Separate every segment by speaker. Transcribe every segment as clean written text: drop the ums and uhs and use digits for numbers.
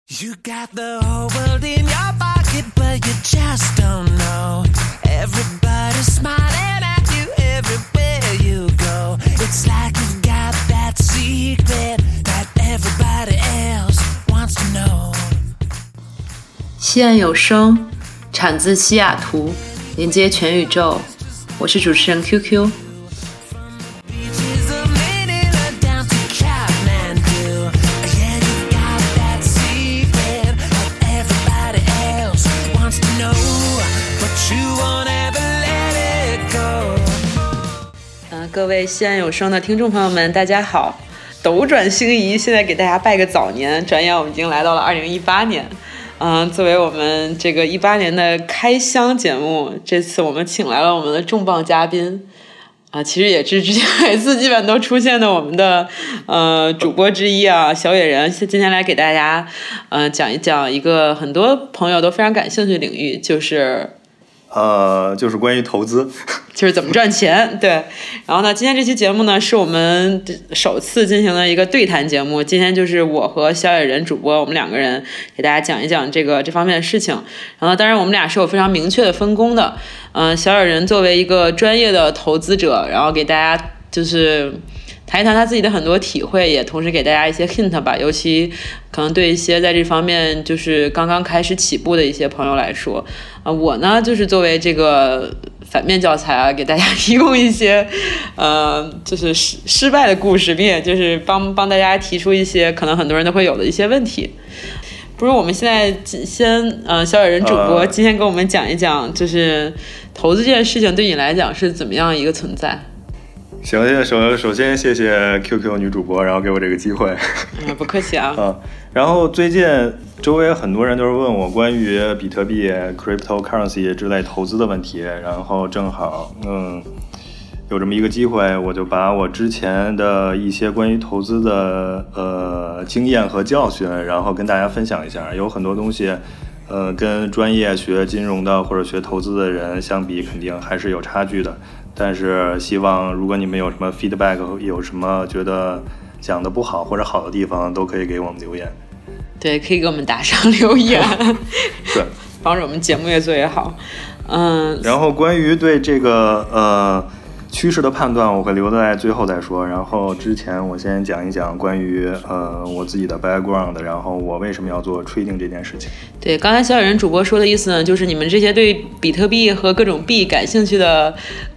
Speaker 1: You got the whole world in your pocket, but you just don't know. Everybody's smiling at you everywhere you go. It's like you've got that secret that everybody else wants to know.
Speaker 2: 西岸有声，产自西雅图，连接全宇宙。我是主持人 QQ。各位西岸有声的听众朋友们，大家好！斗转星移，现在给大家拜个早年。转眼我们已经来到了2018年。作为我们这个18年的开箱节目，这次我们请来了我们的重磅嘉宾。其实也是之前每次基本都出现的我们的主播之一啊，小野人，今天来给大家讲一讲一个很多朋友都非常感兴趣的领域，
Speaker 3: 就是关于投资，
Speaker 2: 就是怎么赚钱。对，然后呢，今天这期节目呢是我们首次进行了一个对谈节目，今天就是我和小野人主播，我们两个人给大家讲一讲这方面的事情。然后当然我们俩是有非常明确的分工的，小野人作为一个专业的投资者，然后给大家就是谈一谈他自己的很多体会，也同时给大家一些 hint 吧，尤其可能对一些在这方面就是刚刚开始起步的一些朋友来说，我呢就是作为这个反面教材啊，给大家提供一些就是失败的故事，并且就是帮大家提出一些可能很多人都会有的一些问题。不如我们现在先小野人主播今天跟我们讲一讲，就是投资这件事情对你来讲是怎么样一个存在。
Speaker 3: 行，首先谢谢 QQ 女主播，然后给我这个机会。
Speaker 2: 不客气啊。
Speaker 3: 然后最近周围很多人都是问我关于比特币、cryptocurrency 之类投资的问题，然后正好有这么一个机会，我就把我之前的一些关于投资的经验和教训，然后跟大家分享一下。有很多东西跟专业学金融的或者学投资的人相比，肯定还是有差距的。但是希望如果你们有什么 feedback， 有什么觉得讲的不好或者好的地方，都可以给我们留言。
Speaker 2: 对，可以给我们打上留言。
Speaker 3: 对，
Speaker 2: 帮助我们节目越做越好。
Speaker 3: 然后关于对这个趋势的判断，我会留在最后再说。然后之前我先讲一讲关于我自己的 background， 然后我为什么要做 trading 这件事情。
Speaker 2: 对，刚才小野人主播说的意思呢，就是你们这些对比特币和各种币感兴趣的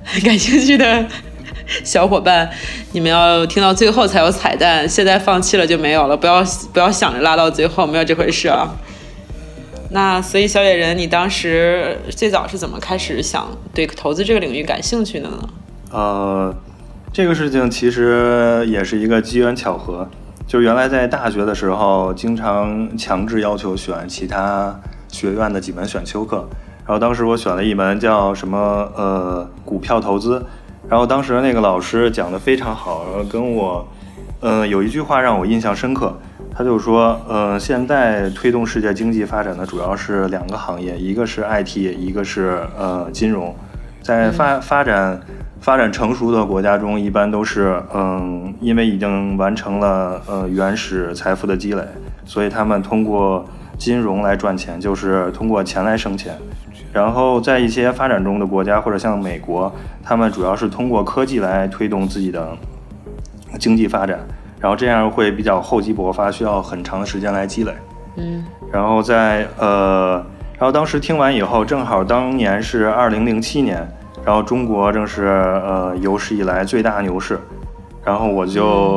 Speaker 2: 小伙伴，你们要听到最后才有彩蛋，现在放弃了就没有了，不要想着拉到最后，没有这回事啊。那所以小野人，你当时最早是怎么开始想对投资这个领域感兴趣的呢？
Speaker 3: 这个事情其实也是一个机缘巧合，就原来在大学的时候经常强制要求选其他学院的几门选修课，然后当时我选了一门叫什么股票投资，然后当时那个老师讲得非常好，跟我有一句话让我印象深刻，他就说现在推动世界经济发展的主要是两个行业，一个是 IT， 一个是金融。在发展成熟的国家中，一般都是因为已经完成了原始财富的积累，所以他们通过金融来赚钱，就是通过钱来生钱。然后在一些发展中的国家或者像美国，他们主要是通过科技来推动自己的经济发展，然后这样会比较厚积薄发，需要很长的时间来积累。然后然后当时听完以后，正好当年是2007年，然后中国正是有史以来最大牛市，然后我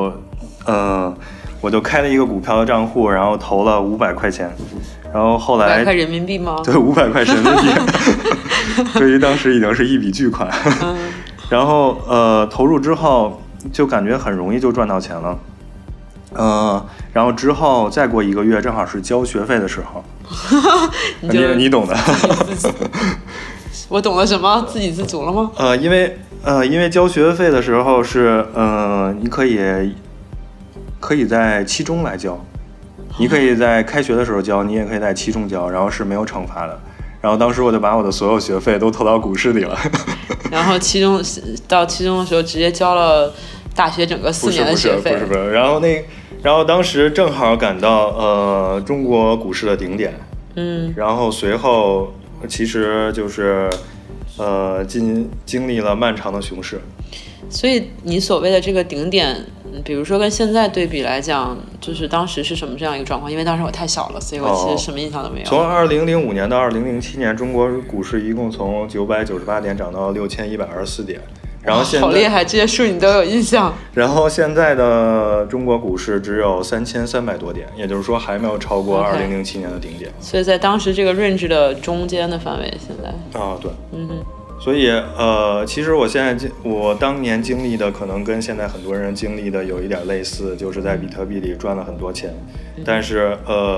Speaker 3: 就开了一个股票的账户，然后投了500块钱，然后后来
Speaker 2: 500块人民币吗？
Speaker 3: 对，500块人民币，对于当时已经是一笔巨款。然后投入之后就感觉很容易就赚到钱了。然后之后再过1个月，正好是交学费的时候。你懂的。
Speaker 2: 我懂了什么？自给自足了吗？
Speaker 3: 因为交学费的时候是你可以在期中来交，你可以在开学的时候交，你也可以在期中交，然后是没有惩罚的。然后当时我就把我的所有学费都投到股市里了。然
Speaker 2: 后到期中的时候直接交了大学整个4年的学费。
Speaker 3: 不是。然后然后当时正好赶到中国股市的顶点，然后随后其实就是经历了漫长的熊市。
Speaker 2: 所以你所谓的这个顶点，比如说跟现在对比来讲，就是当时是什么这样一个状况？因为当时我太小了，所以我其实什么印象都没有。
Speaker 3: 从2005年到2007年，中国股市一共从998点涨到6124点，然后现在
Speaker 2: 好厉害，这些数你都有印象。
Speaker 3: 然后现在的中国股市只有3300多点，也就是说还没有超过2007年的顶点。
Speaker 2: 所以在当时这个 range 的中间的范围，现在
Speaker 3: 对，所以其实我当年经历的可能跟现在很多人经历的有一点类似，就是在比特币里赚了很多钱，但是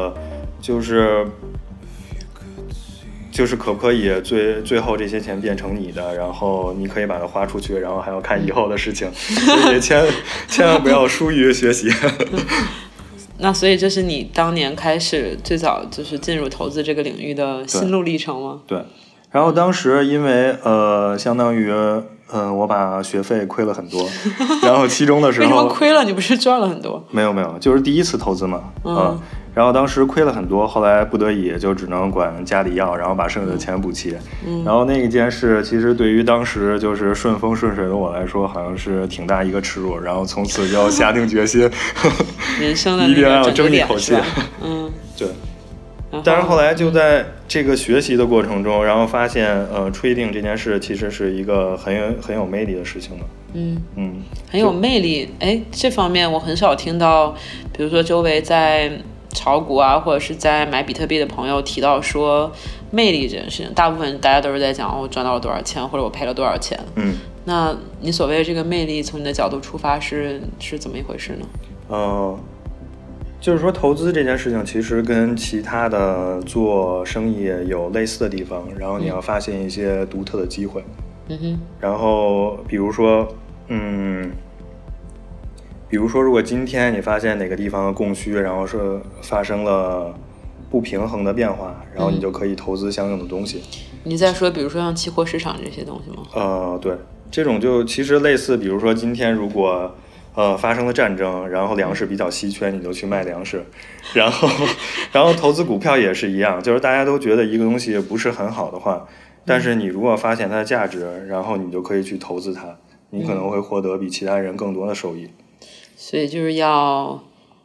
Speaker 3: 就是可不可以最后这些钱变成你的，然后你可以把它花出去，然后还要看以后的事情，所以千万不要疏于学习。
Speaker 2: 那所以这是你当年开始最早就是进入投资这个领域的心路历程吗？
Speaker 3: 对。然后当时因为相当于我把学费亏了很多，然后期中的时候为
Speaker 2: 什么亏了？你不是赚了很多？
Speaker 3: 没有，就是第一次投资嘛，然后当时亏了很多，后来不得已就只能管家里要，然后把剩下的钱补齐。然后那一件事其实对于当时就是顺风顺水的我来说，好像是挺大一个耻辱，然后从此就下定决心，
Speaker 2: 人生的
Speaker 3: 一定要争一口气。对。但是后来就在这个学习的过程中，然后发现trading 这件事其实是一个很有魅力的事情的。
Speaker 2: 很有魅力。这方面我很少听到，比如说周围在炒股啊，或者是在买比特币的朋友提到说魅力这件事情。大部分大家都是在讲我赚到了多少钱，或者我赔了多少钱。那你所谓的这个魅力，从你的角度出发是怎么一回事呢？
Speaker 3: 就是说投资这件事情其实跟其他的做生意有类似的地方，然后你要发现一些独特的机会。然后比如说如果今天你发现哪个地方的供需然后是发生了不平衡的变化，然后你就可以投资相应的东西。
Speaker 2: 你在说比如说像期货市场这些东西吗？
Speaker 3: 对，这种就其实类似，比如说今天如果发生了战争，然后粮食比较稀缺，你就去卖粮食，然后投资股票也是一样，就是大家都觉得一个东西不是很好的话，但是你如果发现它的价值，然后你就可以去投资它，你可能会获得比其他人更多的收益。
Speaker 2: 所以就是要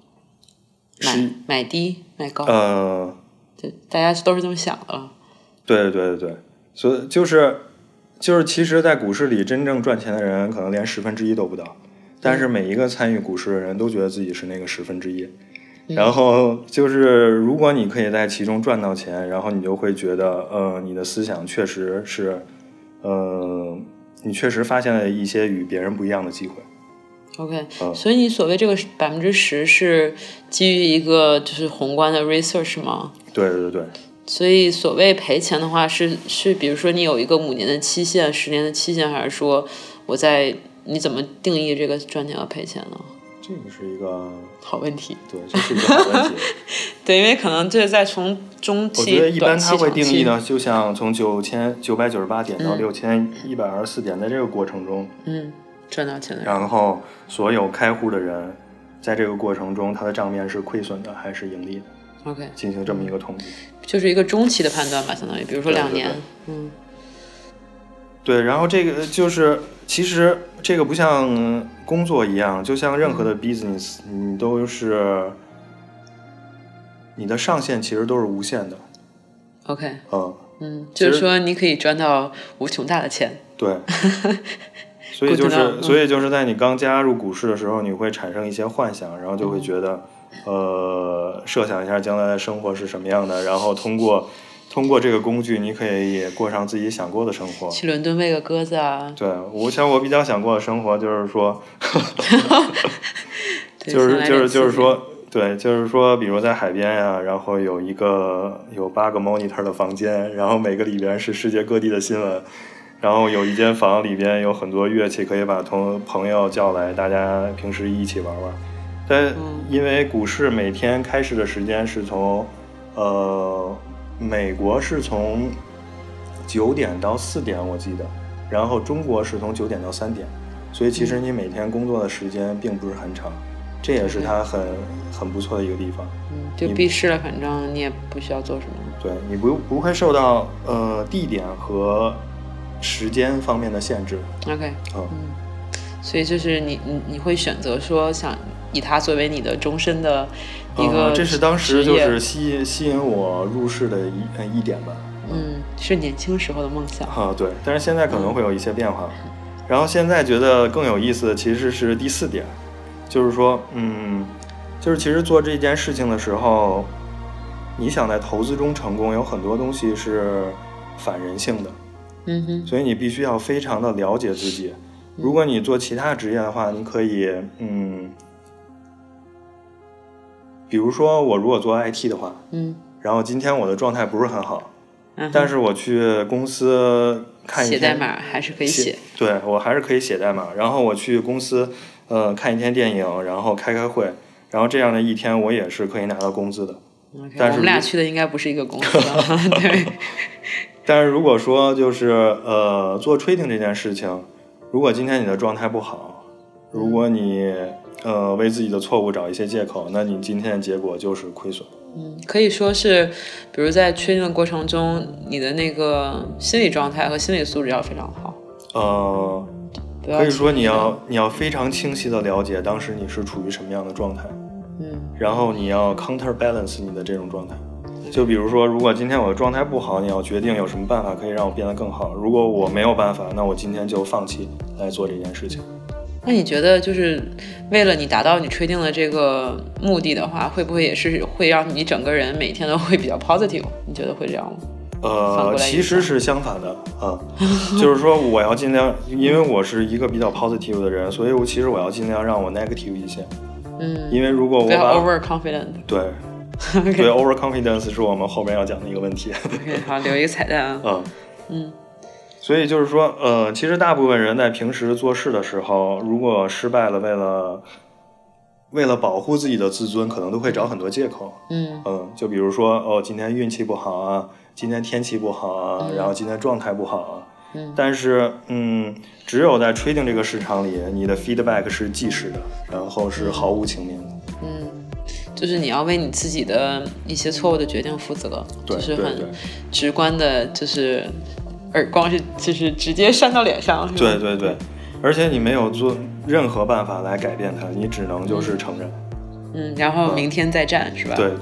Speaker 2: 买低卖高。对，大家都是这么想的了。
Speaker 3: 对，所以就是其实在股市里真正赚钱的人可能连1/10都不到。但是每一个参与股市的人都觉得自己是那个1/10，然后就是如果你可以在其中赚到钱，然后你就会觉得你的思想确实是你确实发现了一些与别人不一样的机会。
Speaker 2: OK，所以你所谓这个10%是基于一个就是宏观的 research 吗？
Speaker 3: 对。
Speaker 2: 所以所谓赔钱的话是比如说你有一个5年的期限、10年的期限，还是说你怎么定义这个赚钱和赔钱呢？
Speaker 3: 这个是一个
Speaker 2: 好问题。
Speaker 3: 对，这是一个好问题。
Speaker 2: 对，因为可能这在从中期、
Speaker 3: 我觉得一般他会定义呢，就像从998点到6124点，在这个过程中，
Speaker 2: 赚到钱的人，
Speaker 3: 然后所有开户的人，在这个过程中，他的账面是亏损的还是盈利的
Speaker 2: ？OK，
Speaker 3: 进行这么一个统计，
Speaker 2: 就是一个中期的判断吧，相当于，比如说2年，
Speaker 3: 对，然后这个就是其实这个不像工作一样，就像任何的 business，你都是你的上限其实都是无限的。
Speaker 2: OK，就是说你可以赚到无穷大的钱。
Speaker 3: 对，所以就是在你刚加入股市的时候，你会产生一些幻想，然后就会觉得设想一下将来的生活是什么样的，然后通过这个工具，你可以过上自己想过的生活。
Speaker 2: 去伦敦喂个鸽子啊！
Speaker 3: 对，我比较想过的生活就是说，就是说，对，就是说，比如在海边呀，然后有8个 monitor 的房间，然后每个里边是世界各地的新闻，然后有一间房里边有很多乐器，可以把朋友叫来，大家平时一起玩。但因为股市每天开市的时间是从美国是从9点到4点我记得，然后中国是从9点到3点，所以其实你每天工作的时间并不是很长。 这也是它很不错的一个地方。
Speaker 2: 就闭市了，反正你也不需要做什么。
Speaker 3: 对，你不会受到地点和时间方面的限制。
Speaker 2: OK，所以就是你会选择说想以它作为你的终身的一个
Speaker 3: 这是当时就是吸引我入市的一点吧。
Speaker 2: 是年轻时候的梦想。
Speaker 3: 对，但是现在可能会有一些变化。然后现在觉得更有意思的其实是第4点，就是说，就是其实做这件事情的时候，你想在投资中成功，有很多东西是反人性的。所以你必须要非常的了解自己。如果你做其他职业的话，你可以，比如说我如果做 IT 的话，然后今天我的状态不是很好，但是我去公司看一天
Speaker 2: 写代码还是可以写，
Speaker 3: 对，我还是可以写代码。然后我去公司，看一天电影，然后开会，然后这样的一天我也是可以拿到工资的。但是
Speaker 2: 我们俩去的应该不是一个公司。对。
Speaker 3: 但是如果说就是做 trading 这件事情，如果今天你的状态不好，如果你为自己的错误找一些借口，那你今天的结果就是亏损。
Speaker 2: 可以说是，比如在 trading 的过程中，你的那个心理状态和心理素质要非常好。
Speaker 3: 可以说你要非常清晰的了解当时你是处于什么样的状态，然后你要 counterbalance 你的这种状态。就比如说，如果今天我的状态不好，你要决定有什么办法可以让我变得更好。如果我没有办法，那我今天就放弃来做这件事情。
Speaker 2: 那你觉得，就是为了你达到你trading的这个目的的话，会不会也是会让你整个人每天都会比较 positive？ 你觉得会这样吗？
Speaker 3: 其实是相反的就是说我要尽量，因为我是一个比较 positive 的人，所以其实我要尽量让我 negative 一些。因为如果我
Speaker 2: 不要 overconfident。
Speaker 3: 对。对，overconfidence 是我们后面要讲的一个问题。
Speaker 2: OK， 好，留一个彩蛋啊。
Speaker 3: 所以就是说，其实大部分人在平时做事的时候，如果失败了，为了保护自己的自尊，可能都会找很多借口。就比如说，今天运气不好啊，今天天气不好啊，然后今天状态不好啊。但是，只有在 trading 这个市场里，你的 feedback 是即时的，然后是毫无情面的。
Speaker 2: 就是你要为你自己的一些错误的决定负责，就是很直观的，就是耳光就是直接扇到脸上。
Speaker 3: 对，而且你没有做任何办法来改变它，你只能就是承认。
Speaker 2: 然后明天再战，是吧？
Speaker 3: 对。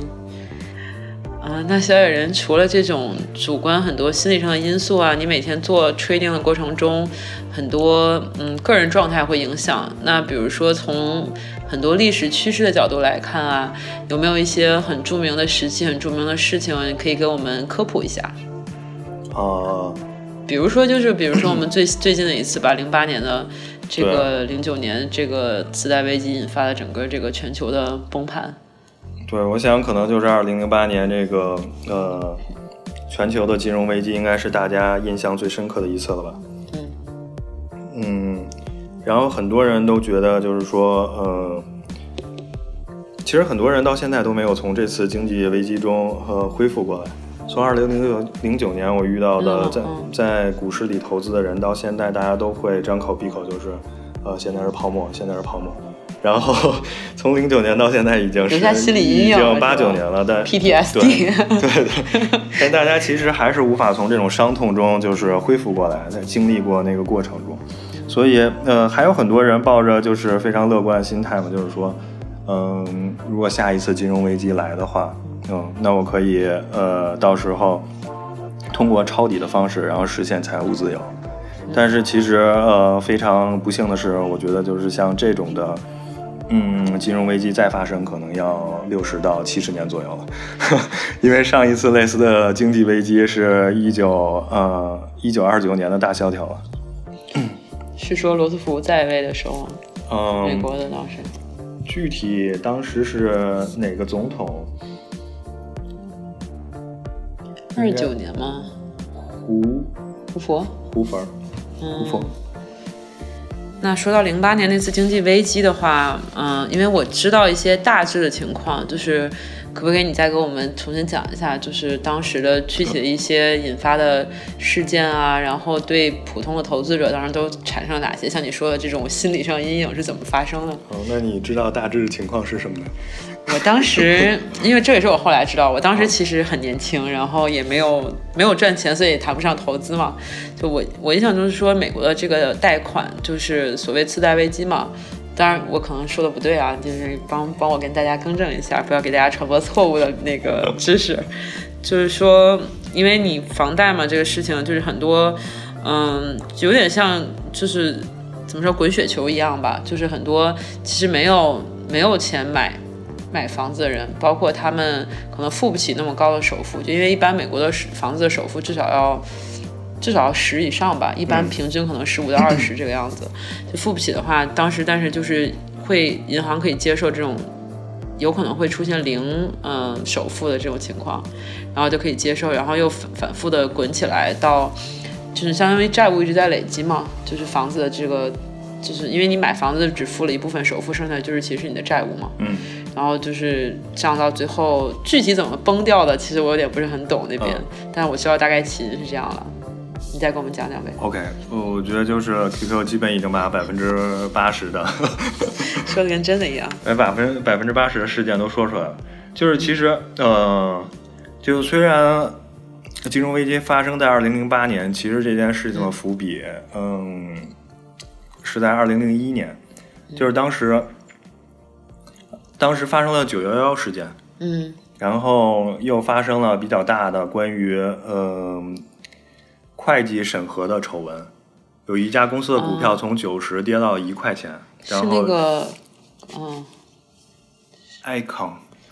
Speaker 2: 那小野人除了这种主观很多心理上的因素啊，你每天做 trading 的过程中，很多个人状态会影响。那比如说从很多历史趋势的角度来看啊，有没有一些很著名的时期、很著名的事情，可以给我们科普一下？比如说我们最近的一次吧，08年的这个09年这个次贷危机引发的整个这个全球的崩盘。
Speaker 3: 对，我想可能就是2008年这个全球的金融危机，应该是大家印象最深刻的一次了吧。然后很多人都觉得就是说，其实很多人到现在都没有从这次经济危机中恢复过来。从2009年我遇到的在股市里投资的人，到现在大家都会张口闭口就是现在是泡沫，现在是泡沫。然后从09年到现在已经是已经8-9年了，但
Speaker 2: PTSD
Speaker 3: 对，但大家其实还是无法从这种伤痛中就是恢复过来，在经历过那个过程中，所以还有很多人抱着就是非常乐观的心态嘛，就是说如果下一次金融危机来的话，那我可以到时候通过抄底的方式，然后实现财务自由。但是其实非常不幸的是，我觉得就是像这种的金融危机再发生可能要60到70年左右了因为上一次类似的经济危机是1929年的大萧条了。
Speaker 2: 是说罗斯福在位的时候吗？美国的当时
Speaker 3: 具体当时是哪个总统
Speaker 2: ？29年吗？胡佛。那说到08年那次经济危机的话，因为我知道一些大致的情况，就是可不可以你再给我们重新讲一下，就是当时的具体的一些引发的事件啊，然后对普通的投资者当然都产生了哪些像你说的这种心理上阴影是怎么发生的？
Speaker 3: 那你知道大致情况是什么呢？
Speaker 2: 我当时，因为这也是我后来知道，我当时其实很年轻，然后也没有赚钱，所以也谈不上投资嘛。就我印象中是说，美国的这个贷款就是所谓次贷危机嘛。当然我可能说的不对啊，就是帮我跟大家更正一下，不要给大家传播错误的那个知识。就是说，因为你房贷嘛，这个事情就是很多，有点像就是怎么说滚雪球一样吧，就是很多其实没有钱买房子的人，包括他们可能付不起那么高的首付，就因为一般美国的房子的首付至少要10以上吧，一般平均可能15到20这个样子。就付不起的话，但是就是银行可以接受这种有可能会出现零首付的这种情况，然后就可以接受，然后又反复的滚起来到就是相当于债务一直在累积嘛，就是房子的这个。就是因为你买房子只付了一部分首付，剩下就是其实是你的债务嘛。然后就是降到最后，具体怎么崩掉的，其实我有点不是很懂那边，但是我知道大概其实是这样了。你再给我们讲讲呗。
Speaker 3: OK， 我觉得就是 QQ 基本已经把80%的
Speaker 2: 说的跟真的一样
Speaker 3: ，80%的事件都说出来了。就是其实就虽然金融危机发生在2008年，其实这件事情的伏笔，是在2001年，就是当时发生了911事件，然后又发生了比较大的关于会计审核的丑闻，有一家公司的股票从90跌到1块钱，然后
Speaker 2: 是那个
Speaker 3: Icon，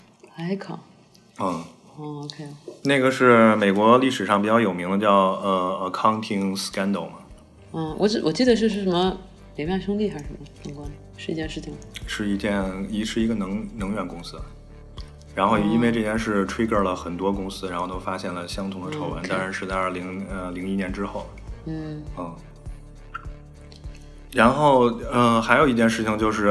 Speaker 2: OK，
Speaker 3: 那个是美国历史上比较有名的叫accounting scandal 嘛，
Speaker 2: 我记得是什么雷曼兄弟还是什么相关，是一件事情，是
Speaker 3: 一个能源公司，然后因为这件事 trigger 了很多公司，然后都发现了相同的丑闻，当然是在2001年之后。然后还有一件事情就是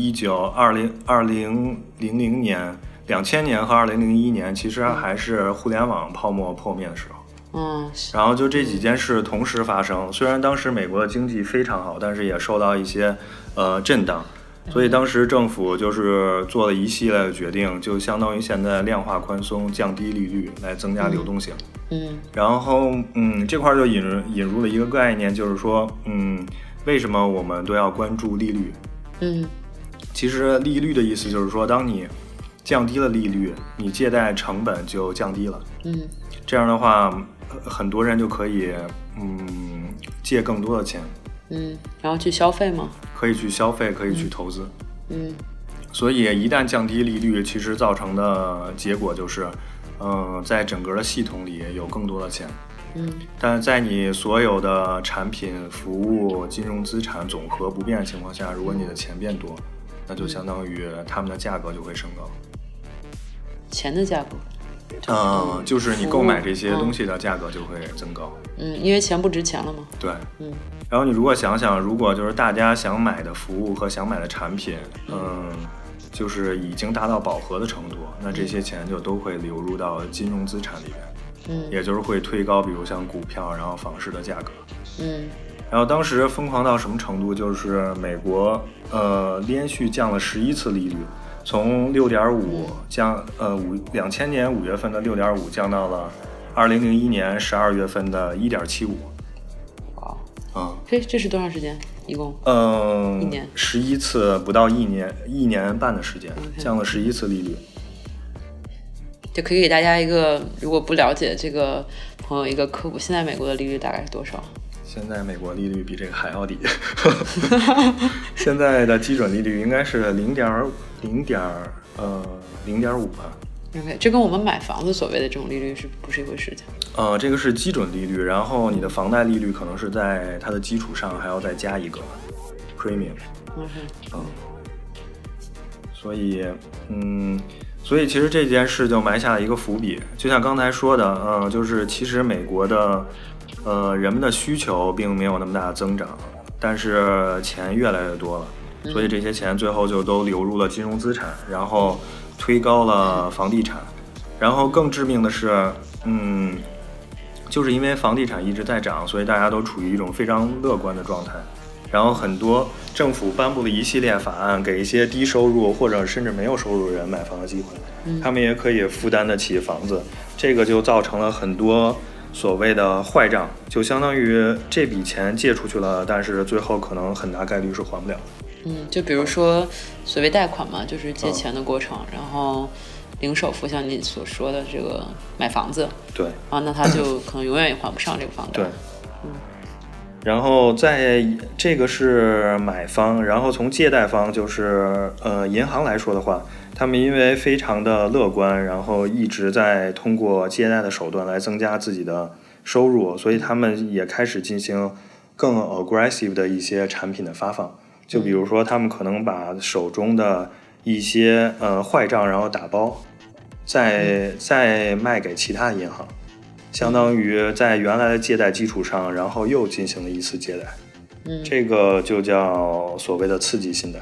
Speaker 3: 2000年和2001年，其实还是互联网泡沫破灭的时候。然后就这几件事同时发生，虽然当时美国的经济非常好，但是也受到一些震荡，所以当时政府就是做了一系列的决定，就相当于现在量化宽松，降低利率来增加流动性。然后这块就引入了一个概念，就是说为什么我们都要关注利率？其实利率的意思就是说，当你降低了利率，你借贷成本就降低了。这样的话，很多人就可以借更多的钱。
Speaker 2: 然后去消费吗？
Speaker 3: 可以去消费，可以去投资。所以一旦降低利率，其实造成的结果就是在整个的系统里有更多的钱。但在你所有的产品、服务、金融资产总和不变的情况下，如果你的钱变多，那就相当于它们的价格就会升高。
Speaker 2: 钱的价格？
Speaker 3: 就是你购买这些东西的价格就会增高。
Speaker 2: 因为钱不值钱了嘛。
Speaker 3: 对。然后你如果想想，如果就是大家想买的服务和想买的产品，就是已经达到饱和的程度，那这些钱就都会流入到金融资产里面，也就是会推高，比如像股票，然后房市的价格。然后当时疯狂到什么程度，就是美国连续降了11次利率，从6.5降2000年5月份的6.5降到了2001年12月份的1.75。
Speaker 2: 这是多长时间？一共？1年
Speaker 3: ？11次，不到1年半的时间，降了11次利率。
Speaker 2: 就可以给大家一个，如果不了解这个朋友一个科普，现在美国的利率大概是多少？
Speaker 3: 现在美国利率比这个还要低。现在的基准利率应该是0.5吧。
Speaker 2: OK， 这跟我们买房子所谓的这种利率是不是一回事情？
Speaker 3: 这个是基准利率，然后你的房贷利率可能是在它的基础上还要再加一个 premium。所以其实这件事就埋下了一个伏笔，就像刚才说的，就是其实美国的人们的需求并没有那么大的增长，但是钱越来越多了，所以这些钱最后就都流入了金融资产，然后推高了房地产。然后更致命的是，就是因为房地产一直在涨，所以大家都处于一种非常乐观的状态。然后很多政府颁布了一系列法案，给一些低收入或者甚至没有收入人买房的机会，他们也可以负担得起房子。这个就造成了很多所谓的坏账，就相当于这笔钱借出去了，但是最后可能很大概率是还不了。
Speaker 2: 就比如说所谓贷款嘛，就是借钱的过程，然后零首付，像你所说的这个买房子，
Speaker 3: 对，
Speaker 2: 那他就可能永远也还不上这个房贷。
Speaker 3: 对，然后在这个是买方，然后从借贷方就是银行来说的话，他们因为非常的乐观，然后一直在通过借贷的手段来增加自己的收入，所以他们也开始进行更 aggressive 的一些产品的发放。就比如说他们可能把手中的一些坏账然后打包再卖给其他银行，相当于在原来的借贷基础上然后又进行了一次借贷。这个就叫所谓的刺激信贷。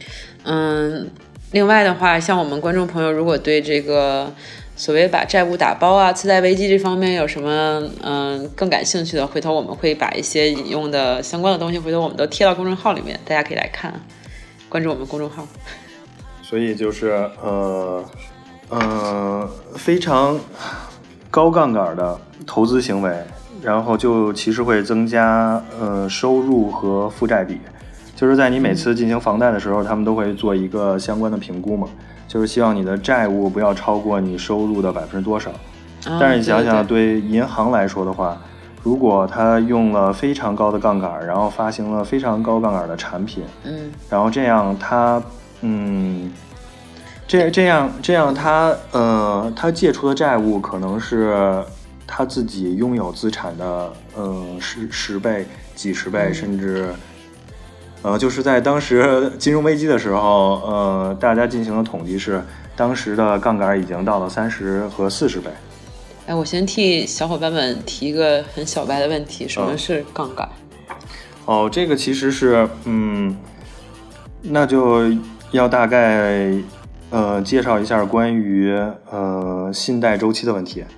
Speaker 2: 另外的话，像我们观众朋友如果对这个所谓把债务打包啊、次贷危机这方面有什么更感兴趣的，回头我们会把一些引用的相关的东西，回头我们都贴到公众号里面，大家可以来看，关注我们公众号。
Speaker 3: 所以就是非常高杠杆的投资行为，然后就其实会增加收入和负债比。就是在你每次进行房贷的时候，他们都会做一个相关的评估嘛，就是希望你的债务不要超过你收入的多少。但是你想想，对银行来说的话，如果他用了非常高的杠杆，然后发行了非常高杠杆的产品，然后这样他他借出的债务可能是他自己拥有资产的十倍、几十倍，甚至就是在当时金融危机的时候，大家进行的统计是，当时的杠杆已经到了30和40倍。
Speaker 2: 我先替小伙伴们提一个很小白的问题，什么是杠杆？
Speaker 3: 这个其实是那就要大概介绍一下关于信贷周期的问题。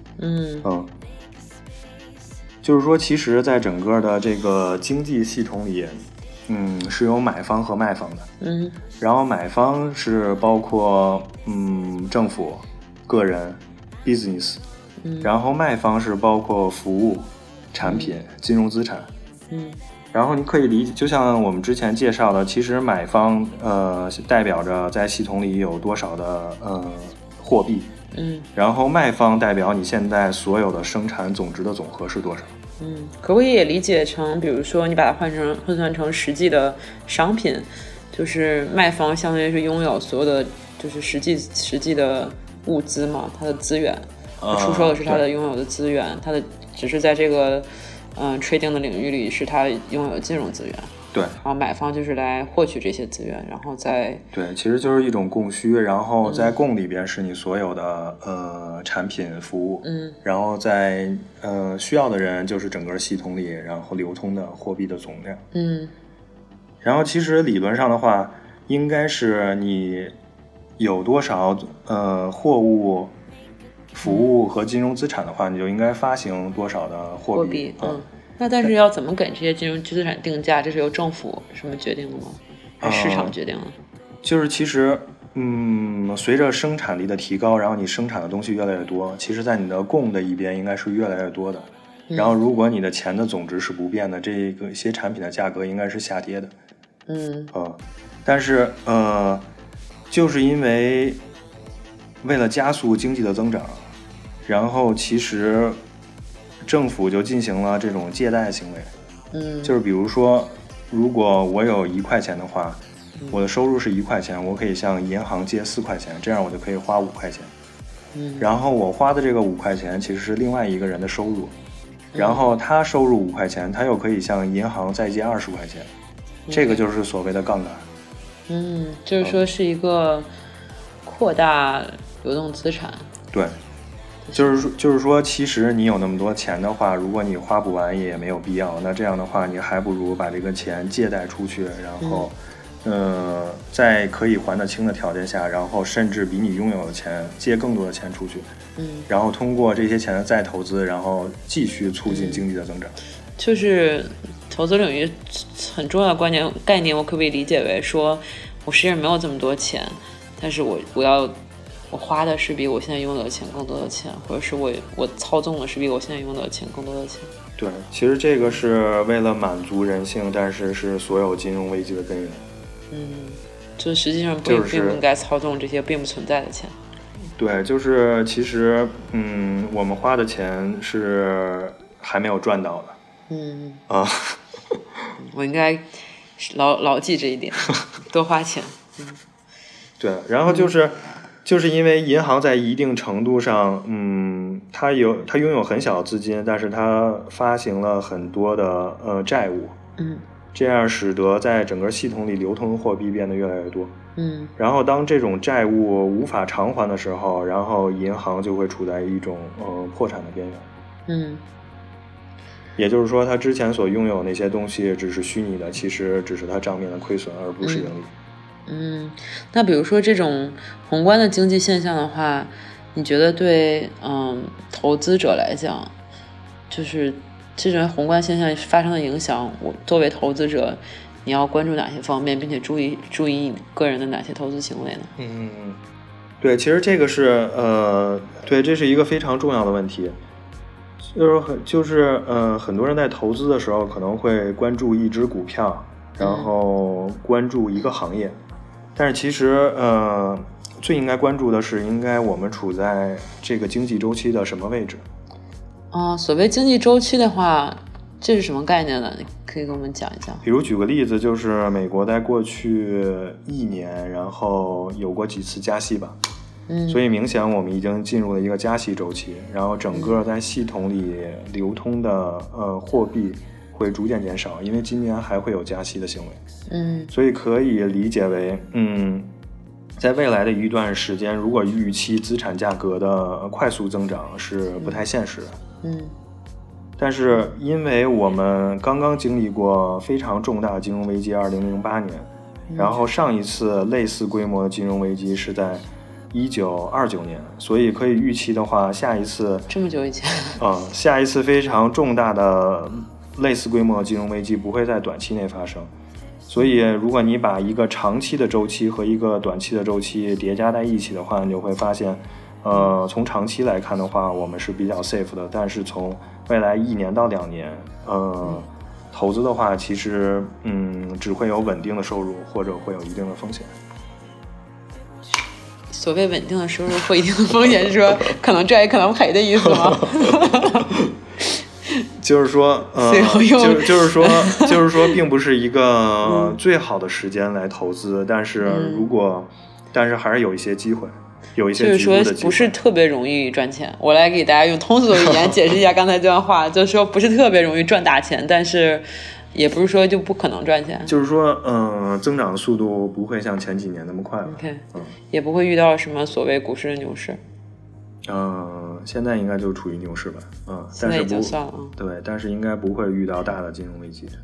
Speaker 3: 就是说，其实在整个的这个经济系统里，是有买方和卖方的。然后买方是包括政府、个人、business，然后卖方是包括服务、产品、金融资产。然后你可以理解，就像我们之前介绍的，其实买方代表着在系统里有多少的货币，然后卖方代表你现在所有的生产总值的总和是多少。
Speaker 2: 可不可以也理解成，比如说你把它换算成实际的商品，就是卖方相当于是拥有所有的就是实际的物资嘛，它的资源，出售的是它的拥有的资源，它的只是在这个trading 的领域里是它拥有的金融资源。
Speaker 3: 对，
Speaker 2: 然后买方就是来获取这些资源，然后再
Speaker 3: 对，其实就是一种供需，然后在供里边是你所有的产品服务，然后在需要的人就是整个系统里然后流通的货币的总量，然后其实理论上的话，应该是你有多少货物、服务和金融资产的话，你就应该发行多少的货币。
Speaker 2: 那但是要怎么给这些金融资产定价？这是由政府什么决定的吗？还是市场决定的？
Speaker 3: 就是其实，随着生产力的提高，然后你生产的东西越来越多，其实在你的供的一边应该是越来越多的。然后如果你的钱的总值是不变的，这个一些产品的价格应该是下跌的。但是就是因为为了加速经济的增长，然后其实政府就进行了这种借贷行为。就是比如说，如果我有1块钱的话，我的收入是1块钱，我可以向银行借4块钱，这样我就可以花5块钱。然后我花的这个5块钱其实是另外一个人的收入，然后他收入5块钱，他又可以向银行再借20块钱，这个就是所谓的杠杆。
Speaker 2: 就是说是一个扩大流动资产。对。
Speaker 3: 就是说，其实你有那么多钱的话，如果你花不完也没有必要。那这样的话，你还不如把这个钱借贷出去，然后在可以还得清的条件下，然后甚至比你拥有的钱借更多的钱出去，然后通过这些钱再投资，然后继续促进经济的增长。
Speaker 2: 就是投资领域很重要的概念，我可不可以理解为说，我实际上没有这么多钱，但是我花的是比我现在拥有的钱更多的钱，或者是我操纵的是比我现在拥有的钱更多的钱。
Speaker 3: 对，其实这个是为了满足人性，但是是所有金融危机的根源。
Speaker 2: 就实际上并不应该操纵这些并不存在的钱。
Speaker 3: 对，就是其实我们花的钱是还没有赚到的。
Speaker 2: 我应该牢记这一点，多花钱。
Speaker 3: 对，然后就是因为银行在一定程度上，它拥有很小的资金，但是它发行了很多的债务，这样使得在整个系统里流通的货币变得越来越多，然后当这种债务无法偿还的时候，然后银行就会处在一种破产的边缘，也就是说，它之前所拥有那些东西只是虚拟的，其实只是它账面的亏损，而不是盈利。
Speaker 2: 那比如说这种宏观的经济现象的话，你觉得对投资者来讲，就是这种宏观现象发生的影响，我作为投资者，你要关注哪些方面，并且注意你个人的哪些投资行为呢？
Speaker 3: 对，其实这个是对，这是一个非常重要的问题。就是很多人在投资的时候可能会关注一只股票，然后关注一个行业，但是其实最应该关注的是，应该我们处在这个经济周期的什么位置。
Speaker 2: 所谓经济周期的话，这是什么概念呢？你可以跟我们讲一讲。
Speaker 3: 比如举个例子，就是美国在过去1年，然后有过几次加息吧。所以明显我们已经进入了一个加息周期，然后整个在系统里流通的货币会逐渐减少，因为今年还会有加息的行为。所以可以理解为在未来的一段时间，如果预期资产价格的快速增长是不太现实的。但是因为我们刚刚经历过非常重大的金融危机2008年，然后上一次类似规模的金融危机是在1929年，所以可以预期的话，下一次
Speaker 2: 这么久以前，
Speaker 3: 下一次非常重大的类似规模的金融危机不会在短期内发生。所以如果你把一个长期的周期和一个短期的周期叠加在一起的话，你就会发现从长期来看的话，我们是比较 safe 的，但是从未来1年到2年投资的话，其实只会有稳定的收入，或者会有一定的风险。
Speaker 2: 所谓稳定的收入或一定的风险，是说可能赚也可能赔的意思吗？
Speaker 3: 就是说，就是说，并不是一个最好的时间来投资，但是还是有一些机会，有一些局部的机会。就是说，不是特别容易赚钱。我来给大家用通俗的语言解释一下刚才这段话，就是说不是特别容易赚大钱，但是也不是说就不可能赚钱。就是说，增长的速度不会像前几年那么快了。OK，也不会遇到什么所谓股市的牛市。现在应该就处于牛市吧，但是不算了，对，但是应该不会遇到大的金融危机，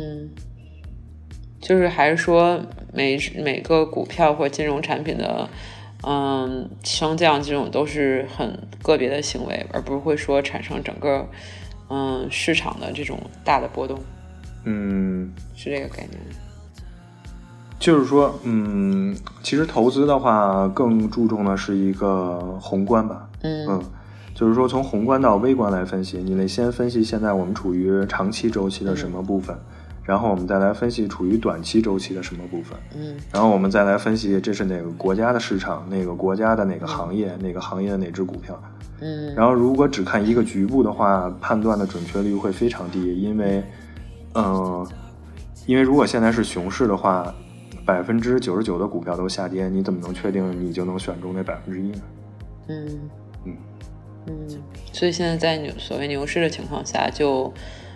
Speaker 3: 就是还是说每个股票或金融产品的，升降这种都是很个别的行为，而不是会说产生整个，市场的这种大的波动，是这个概念。就是说，其实投资的话，更注重的是一个宏观吧，就是说从宏观到微观来分析，你得先分析现在我们处于长期周期的什么部分，然后我们再来分析处于短期周期的什么部分，然后我们再来分析这是哪个国家的市场，哪个国家的哪个行业，哪个行业的哪只股票，然后如果只看一个局部的话，判断的准确率会非常低，因为如果现在是熊市的话，99%的股票都下跌，你怎么能确定你就能选中那1%呢？所以现在在所谓牛市的情况下，就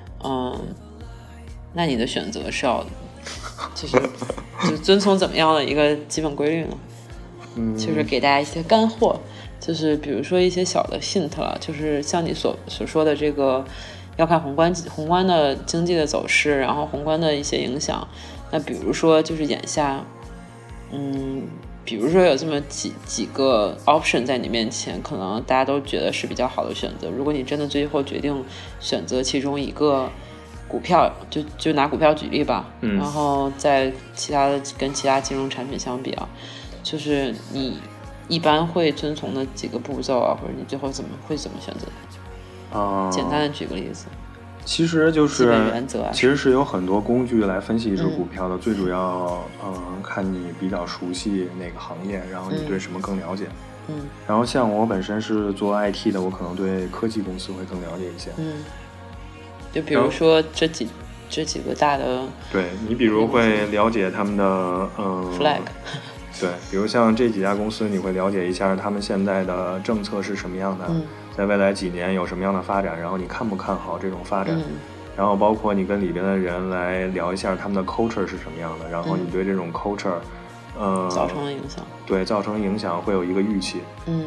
Speaker 3: 那你的选择是要就遵从怎么样的一个基本规律呢？就是给大家一些干货，就是比如说一些小的 hint 了，就是像你所说的这个，要看宏观的经济的走势，然后宏观的一些影响。
Speaker 2: 那比如说就是眼下，比如说有这么几个 option 在你面前，可能大家都觉得是比较好的选择。如果你真的最后决定选择其中一个股票，就拿股票举例吧，然后在跟其他金融产品相比啊，就是你一般会遵从的几个步骤啊，或者你最后会怎么选择？简单的举个例子。
Speaker 3: 其实就是
Speaker 2: 基本原则
Speaker 3: 其实是有很多工具来分析一只股票的，最主要看你比较熟悉哪个行业，然后你对什么更了解。然后像我本身是做 IT 的，我可能对科技公司会更了解一些。
Speaker 2: 就比如说这几个大的，
Speaker 3: 对，你比如会了解他们的
Speaker 2: flag，
Speaker 3: 对，比如像这几家公司，你会了解一下他们现在的政策是什么样的，在未来几年有什么样的发展，然后你看不看好这种发展，然后包括你跟里边的人来聊一下他们的 culture 是什么样的，然后你对这种 culture
Speaker 2: 造成影响，
Speaker 3: 对，造成影响会有一个预期。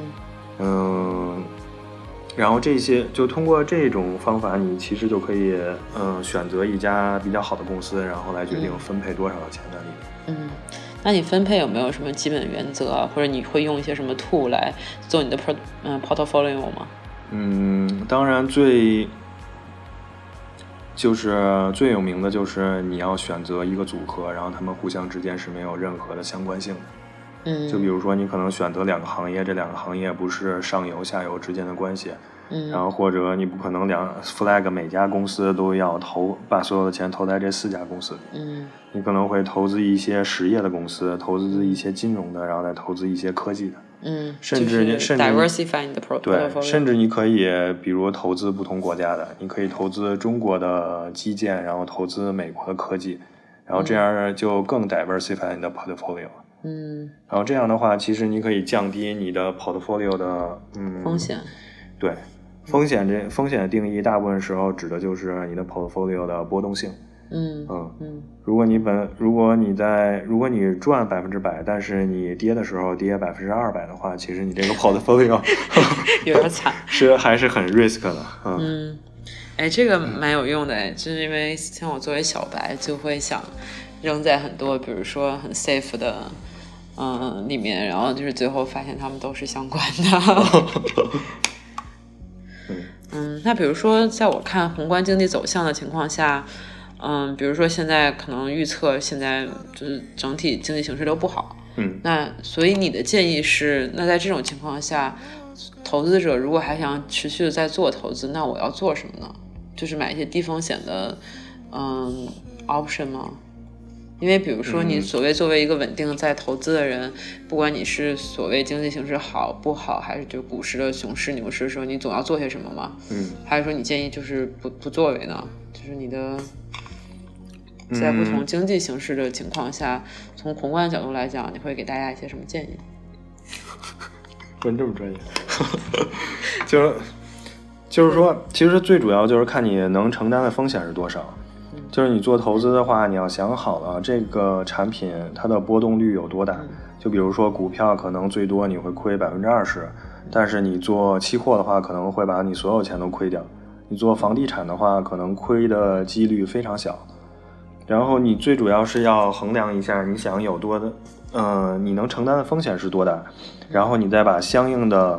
Speaker 3: 然后这些就通过这种方法，你其实就可以选择一家比较好的公司，然后来决定分配多少的钱在里面。
Speaker 2: 那你分配有没有什么基本原则啊？或者你会用一些什么 tool 来做你的portfolio 吗？
Speaker 3: 当然最有名的就是你要选择一个组合，然后他们互相之间是没有任何的相关性的。就比如说你可能选择2个行业，这2个行业不是上游下游之间的关系，然后或者你不可能flag 每家公司都要把所有的钱投在这4家公司，你可能会投资一些实业的公司，投资一些金融的，然后再投资一些科技的，甚至
Speaker 2: diversify 你的 portfolio，
Speaker 3: 对，甚至你可以比如投资不同国家的，你可以投资中国的基建，然后投资美国的科技，然后这样就更 diversify 你的 portfolio。然后这样的话，其实你可以降低你的 portfolio 的
Speaker 2: 风险。对，
Speaker 3: 风险的定义，大部分时候指的就是你的 portfolio 的波动性。如果你赚100%，但是你跌的时候跌200%的话，其实你这个 portfolio
Speaker 2: 有点惨，
Speaker 3: 还是很 risk 的。
Speaker 2: 这个蛮有用的，就是因为像我作为小白，就会想扔在很多比如说很 safe 的里面，然后就是最后发现他们都是相关的。那比如说在我看宏观经济走向的情况下，比如说现在可能预测现在就是整体经济形势都不好，那所以你的建议是，那在这种情况下，投资者如果还想持续的在做投资，那我要做什么呢？就是买一些低风险的option 吗？因为比如说你作为一个稳定在投资的人，不管你是所谓经济形势好不好，还是就股市的熊市牛市的时候，你总要做些什么嘛。还是说你建议就是不作为呢？就是你的在不同经济形势的情况下，从宏观角度来讲，你会给大家一些什么建议？
Speaker 3: 问这么专业。就是说，其实最主要就是看你能承担的风险是多少。就是你做投资的话，你要想好了这个产品它的波动率有多大。就比如说股票可能最多你会亏20%，但是你做期货的话可能会把你所有钱都亏掉。你做房地产的话可能亏的几率非常小。然后你最主要是要衡量一下你想有多的你能承担的风险是多大，然后你再把相应的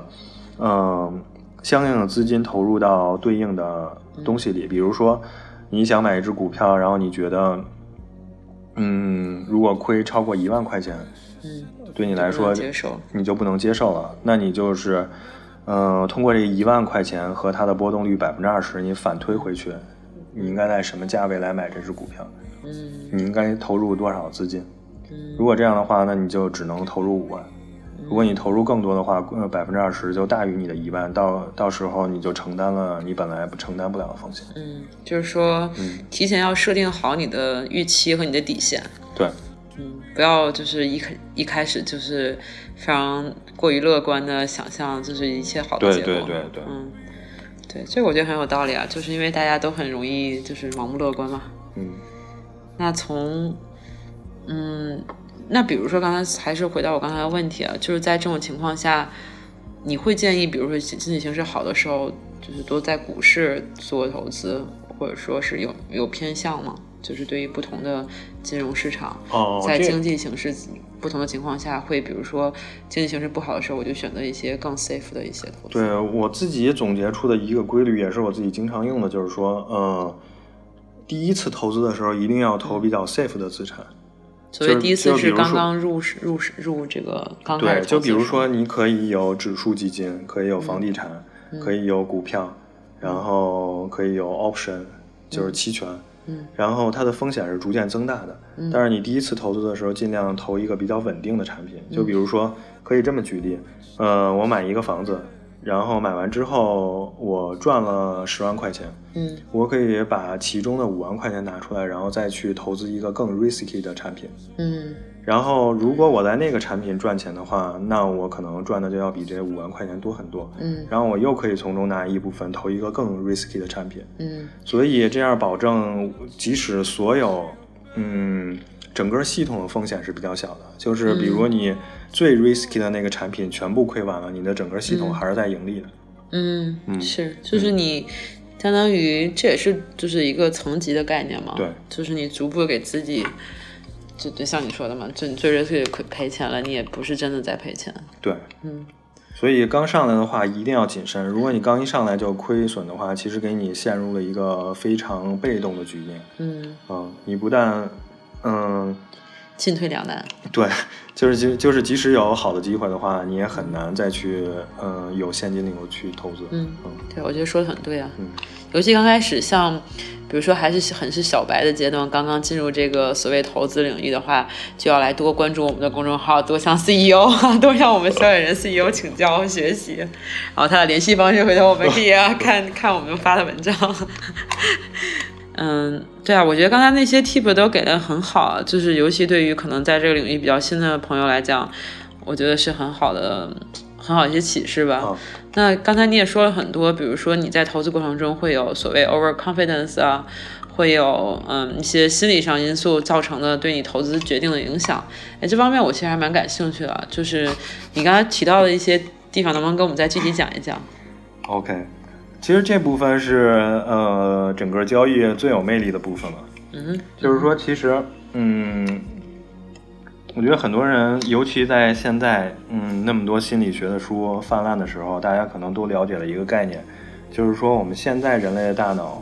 Speaker 3: 资金投入到对应的东西里。比如说你想买一只股票，然后你觉得如果亏超过1万块钱，对你来说你就不能接受了，那你就是通过这1万块钱和它的波动率20%，你反推回去你应该在什么价位来买这只股票，你应该投入多少资金。如果这样的话，那你就只能投入5万。如果你投入更多的话，20%就大于你的1万，到时候你就承担了你本来承担不了的风险。
Speaker 2: 就是说，提前要设定好你的预期和你的底线。
Speaker 3: 对，
Speaker 2: 不要就是一开始就是非常过于乐观的想象，就是一切好的结果。
Speaker 3: 对，
Speaker 2: 对，这个我觉得很有道理啊，就是因为大家都很容易就是盲目乐观嘛。那那比如说刚才还是回到我刚才的问题啊，就是在这种情况下，你会建议比如说经济形势好的时候就是多在股市做投资，或者说是有偏向吗？ 就是对于不同的金融市场，
Speaker 3: 在
Speaker 2: 经济形势不同的情况下，会比如说经济形势不好的时候，我就选择一些更 safe 的一些投资。
Speaker 3: 对，我自己总结出的一个规律，也是我自己经常用的，就是说，第一次投资的时候一定要投比较 safe 的资产。
Speaker 2: 所以第一次是刚刚入这个刚开始。
Speaker 3: 对，就比如说你可以有指数基金，可以有房地产，可以有股票，然后可以有 option， 就是期权。然后它的风险是逐渐增大的，但是你第一次投资的时候尽量投一个比较稳定的产品，就比如说可以这么举例，我买一个房子，然后买完之后我赚了10万块钱，我可以把其中的5万块钱拿出来，然后再去投资一个更 risky 的产品，然后如果我在那个产品赚钱的话，那我可能赚的就要比这5万块钱多很多，然后我又可以从中拿一部分投一个更 risky 的产品，所以这样保证即使所有整个系统的风险是比较小的，就是比如你最 risky 的那个产品全部亏完了，你的整个系统还是在盈利的。
Speaker 2: 是，就是你相当于这也是就是一个层级的概念嘛，
Speaker 3: 对，
Speaker 2: 就是你逐步给自己。就像你说的嘛，就你最risky赔钱了，你也不是真的在赔钱。
Speaker 3: 对，所以刚上来的话一定要谨慎。如果你刚一上来就亏损的话，其实给你陷入了一个非常被动的局面。你不但
Speaker 2: 进退两难。
Speaker 3: 对，就是即使有好的机会的话，你也很难再去有现金流去投资。
Speaker 2: 对，我觉得说的很对啊。尤其刚开始像比如说还是很是小白的阶段，刚刚进入这个所谓投资领域的话，就要来多关注我们的公众号，多向 CEO 多向我们小野人 CEO 请教学习，然后他的联系方式回头我们可以看我们发的文章。对啊，我觉得刚才那些 tip 都给的很好，就是尤其对于可能在这个领域比较新的朋友来讲，我觉得是很好一些启示吧。那刚才你也说了很多，比如说你在投资过程中会有所谓 overconfidence 啊，会有一些心理上因素造成的对你投资决定的影响。这方面我其实还蛮感兴趣的，就是你刚才提到的一些地方，能不能跟我们再具体讲一讲
Speaker 3: ？OK， 其实这部分是整个交易最有魅力的部分了。就是说其实我觉得很多人，尤其在现在，那么多心理学的书泛滥的时候，大家可能都了解了一个概念，就是说我们现在人类的大脑，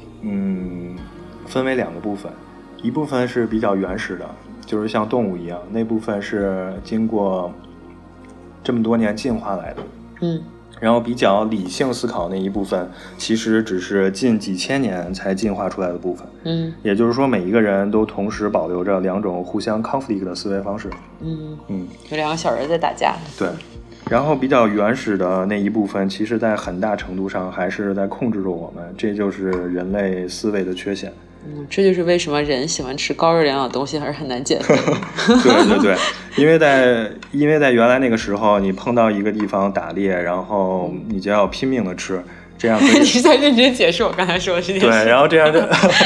Speaker 3: 分为2个部分，一部分是比较原始的，就是像动物一样，那部分是经过这么多年进化来的，然后比较理性思考那一部分，其实只是近几千年才进化出来的部分。也就是说，每一个人都同时保留着2种互相 conflict 的思维方式。
Speaker 2: 有2个小人在打架。
Speaker 3: 对，然后比较原始的那一部分，其实在很大程度上还是在控制着我们，这就是人类思维的缺陷。
Speaker 2: 这就是为什么人喜欢吃高热量的东西还是很难减肥。
Speaker 3: 对，因为在原来那个时候，你碰到一个地方打猎，然后你就要拼命的吃，这样可以。
Speaker 2: 你在认真解释我刚才说的这件事。
Speaker 3: 对，然后这样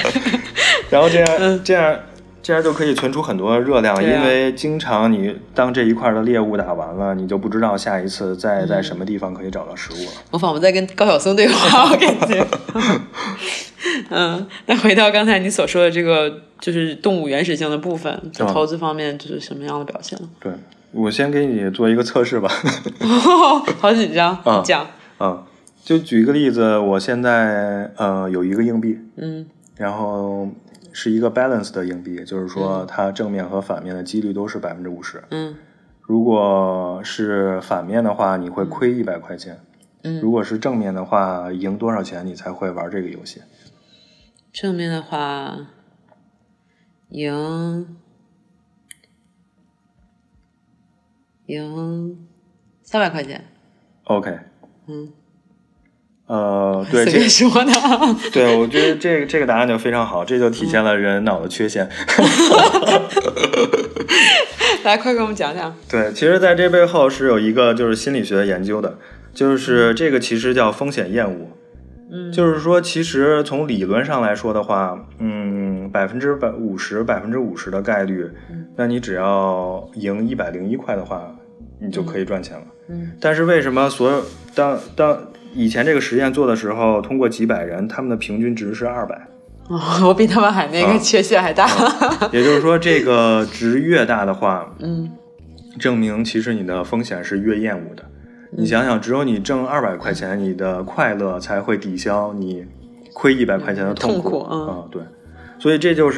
Speaker 3: 这样就可以存储很多热量，因为经常你当这一块的猎物打完了，你就不知道下一次在什么地方可以找到食物了。
Speaker 2: 我仿佛在跟高晓松对话，我感觉。那回到刚才你所说的这个，就是动物原始性的部分，在投资方面就是什么样的表现呢？
Speaker 3: 对，我先给你做一个测试吧。
Speaker 2: 好紧张，你讲。
Speaker 3: 就举一个例子，我现在有一个硬币，然后是一个 balance 的硬币，就是说它正面和反面的几率都是50%。如果是反面的话，你会亏100块钱。如果是正面的话，赢多少钱你才会玩这个游戏？
Speaker 2: 正面的话，赢300块钱。
Speaker 3: OK。对，
Speaker 2: 随便说的。
Speaker 3: 对，我觉得这个答案就非常好，这就体现了人脑的缺陷。
Speaker 2: 来，快给我们讲讲。
Speaker 3: 对，其实在这背后是有一个就是心理学的研究的，就是这个其实叫风险厌恶。就是说其实从理论上来说的话，50%的概率，那你只要赢101块的话，你就可以赚钱了。但是为什么当以前这个实验做的时候，通过几百人，他们的平均值是200，
Speaker 2: 我比他们还那个缺陷还大。
Speaker 3: 也就是说，这个值越大的话，证明其实你的风险是越厌恶的。你想想，只有你挣200块钱，你的快乐才会抵消你亏100块钱的痛苦。对，所以这就是，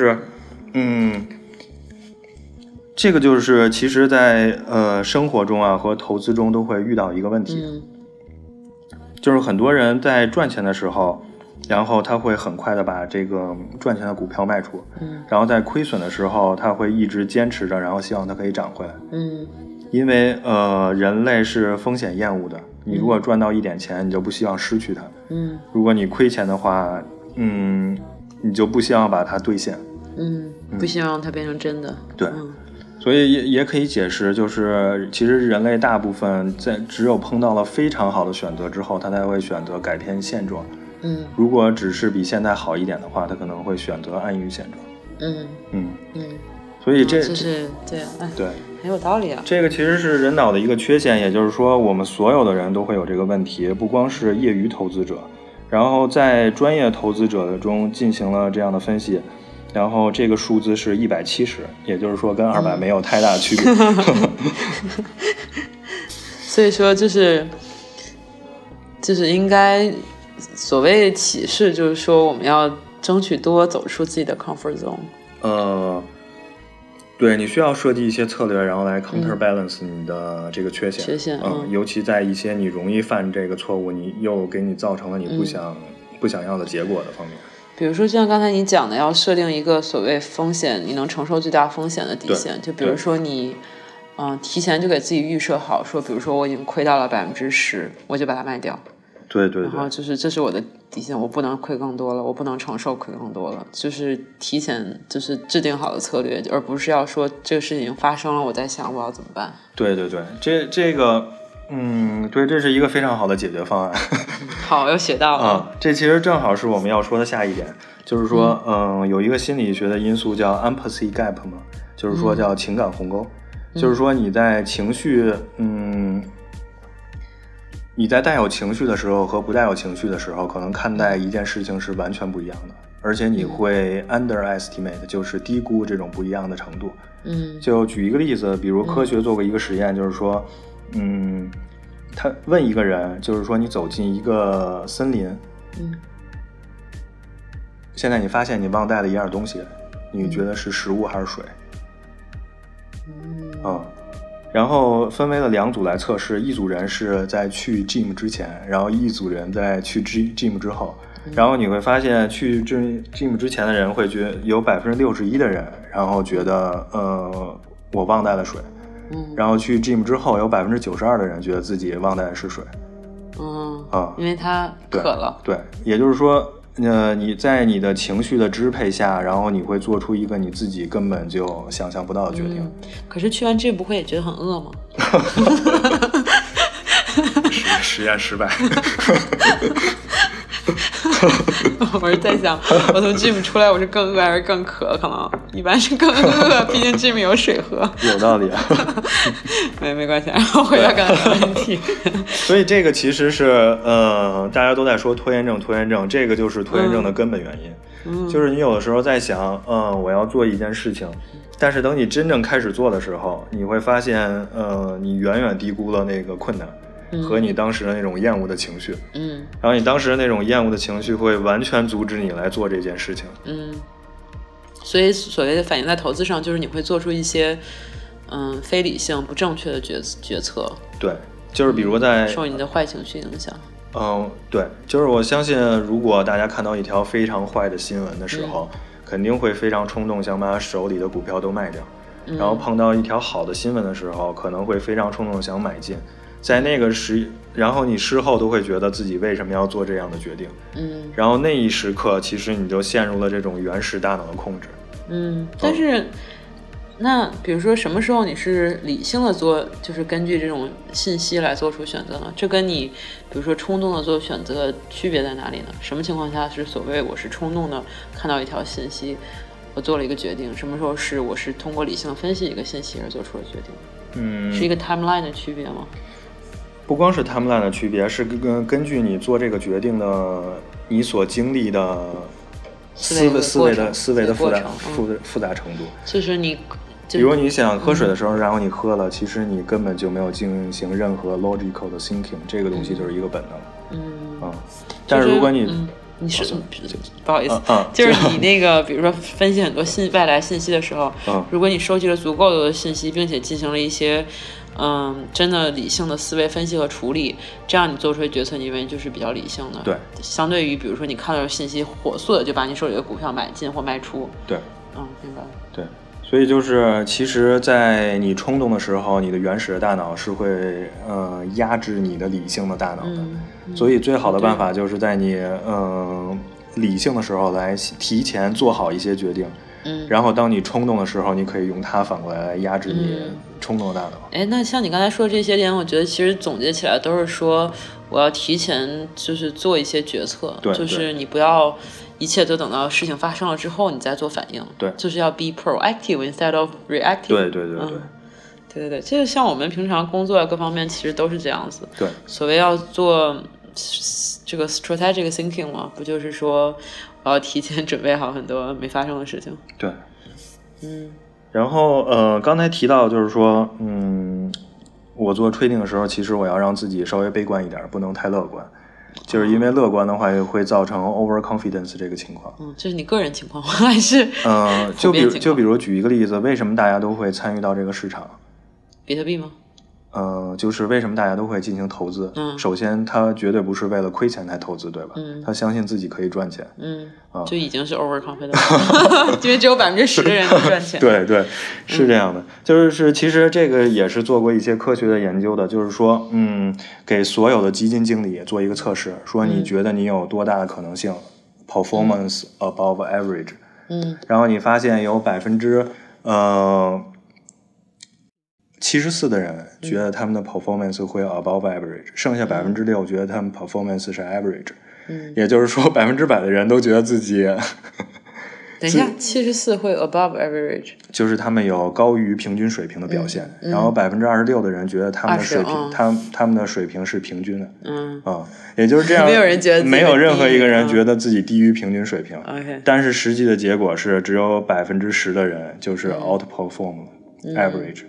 Speaker 3: 这个就是其实在生活中啊和投资中都会遇到一个问题，就是很多人在赚钱的时候，然后他会很快的把这个赚钱的股票卖出，然后在亏损的时候他会一直坚持着，然后希望它可以涨回来。因为人类是风险厌恶的，你如果赚到一点钱，你就不希望失去它。如果你亏钱的话，你就不希望把它兑现。
Speaker 2: 不希望它变成真的。
Speaker 3: 对。所以也可以解释，就是其实人类大部分在只有碰到了非常好的选择之后，他才会选择改变现状。如果只是比现在好一点的话，他可能会选择安于现状。所以这
Speaker 2: 是对，对，很有道理啊。
Speaker 3: 这个其实是人脑的一个缺陷，也就是说，我们所有的人都会有这个问题，不光是业余投资者，然后在专业投资者中进行了这样的分析。然后这个数字是170，也就是说跟200没有太大的区别。
Speaker 2: 所以说就是应该所谓启示，就是说我们要争取多走出自己的 comfort zone。
Speaker 3: 对，你需要设计一些策略，然后来 counterbalance 你的这个缺陷。尤其在一些你容易犯这个错误，你又给你造成了你不想要的结果的方面。
Speaker 2: 比如说就像刚才你讲的，要设定一个所谓风险你能承受最大风险的底线，就比如说你提前就给自己预设好，说比如说我已经亏到了10%，我就把它卖掉。对。然后就是这是我的底线，我不能亏更多了，我不能承受亏更多了，就是提前就是制定好的策略，而不是要说这个事情已经发生了，我在想我要怎么办。对，
Speaker 3: 这个对，这是一个非常好的解决方案。
Speaker 2: 好，又学到了。
Speaker 3: 这其实正好是我们要说的下一点，就是说，有一个心理学的因素叫 empathy gap 嘛，就是说叫情感鸿沟，就是说你在情绪，你在带有情绪的时候和不带有情绪的时候，可能看待一件事情是完全不一样的，而且你会 underestimate， 就是低估这种不一样的程度。就举一个例子，比如科学做过一个实验，就是说，他问一个人，就是说你走进一个森林，现在你发现你忘带了一样东西，你觉得是食物还是水？然后分为了2组来测试，一组人是在去 gym 之前，然后一组人在去 gym 之后，然后你会发现去 gym 之前的人会觉得有61%的人，然后觉得我忘带了水。然后去 gym 之后，有92%的人觉得自己忘带的是水。
Speaker 2: 因为他渴了。对，
Speaker 3: 也就是说，你在你的情绪的支配下，然后你会做出一个你自己根本就想象不到的决定。
Speaker 2: 可是去完 gym 不会也觉得很饿吗？
Speaker 3: 实验失败。
Speaker 2: 我是在想，我从 gym 出来，我是更饿还是更渴？可能一般是更饿，毕竟 gym 有水喝。
Speaker 3: 有道理啊。
Speaker 2: 没关系，然后回到刚才的问题。
Speaker 3: 所以这个其实是大家都在说拖延症，这个就是拖延症的根本原因。就是你有的时候在想，我要做一件事情，但是等你真正开始做的时候，你会发现，你远远低估了那个困难。和你当时的那种厌恶的情绪，然后你当时的那种厌恶的情绪会完全阻止你来做这件事情。
Speaker 2: 所以所谓的反映在投资上，就是你会做出一些非理性不正确的决策。对，
Speaker 3: 就是比如在
Speaker 2: 受你的坏情绪影响。
Speaker 3: 对，就是我相信如果大家看到一条非常坏的新闻的时候，肯定会非常冲动想把手里的股票都卖掉，然后碰到一条好的新闻的时候，可能会非常冲动想买进。在那个然后你事后都会觉得自己为什么要做这样的决定，然后那一时刻其实你就陷入了这种原始大脑的控制。
Speaker 2: 但是那比如说什么时候你是理性的做，就是根据这种信息来做出选择呢？这跟你比如说冲动的做选择区别在哪里呢？什么情况下是所谓我是冲动的看到一条信息我做了一个决定，什么时候是我是通过理性分析一个信息而做出了决定？是一个 timeline 的区别吗？
Speaker 3: 不光是 timeline 的区别，是根据你做这个决定的你所经历的思维的复杂程度。
Speaker 2: 就是你，
Speaker 3: 比如你想喝水的时候，然后你喝了，其实你根本就没有进行任何 logical 的 thinking， 这个东西就是一个本能。但是如果你
Speaker 2: 你是不好意思，就是你那个，比如说分析很多外来信息的时候，如果你收集了足够多的信息，并且进行了一些真的理性的思维分析和处理，这样你做出的决策，你认为就是比较理性的。
Speaker 3: 对，
Speaker 2: 相对于比如说你看到的信息，火速的就把你手里的股票买进或卖出。
Speaker 3: 对，
Speaker 2: 明白了。
Speaker 3: 对，所以就是其实，在你冲动的时候，你的原始的大脑是会压制你的理性的大脑的。所以最好的办法就是在你理性的时候来提前做好一些决定。然后当你冲动的时候，你可以用它反过来压制你冲动的大脑。
Speaker 2: 那像你刚才说的这些点，我觉得其实总结起来都是说，我要提前就是做一些决策，就是你不要一切都等到事情发生了之后你再做反应。对，就是要 be proactive instead of reactive。对，这个像我们平常工作各方面其实都是这样子。对，所谓要做这个 strategic thinking 嘛，不就是说我要提前准备好很多没发生的事情。对，
Speaker 3: 然后刚才提到就是说，我做 trading 的时候，其实我要让自己稍微悲观一点，不能太乐观，就是因为乐观的话会造成 overconfidence 这个情况。
Speaker 2: 这是你个人情况吗？还是
Speaker 3: 就比如举一个例子，为什么大家都会参与到这个市场？
Speaker 2: 比特币吗？
Speaker 3: 就是为什么大家都会进行投资？首先他绝对不是为了亏钱才投资，对吧？他相信自己可以赚钱。
Speaker 2: 就已经是 overconfident， 因为只有10%的人能赚钱。
Speaker 3: 对，是这样的。就是其实这个也是做过一些科学的研究的，就是说，给所有的基金经理做一个测试，说你觉得你有多大的可能性 performance above average？然后你发现有74%的人觉得他们的 performance 会 above average， 剩下6%觉得他们 performance 是 average。也就是说100%的人都觉得自己
Speaker 2: 等一下，74会 above average，
Speaker 3: 就是他们有高于平均水平的表现。然后26%的人觉得他们的水平，他们的水平是平均的。也就是这样，
Speaker 2: 没有人觉得
Speaker 3: 没有任何一个人觉得自己低于平均水平。但是实际的结果是，只有10%的人就是 outperform average。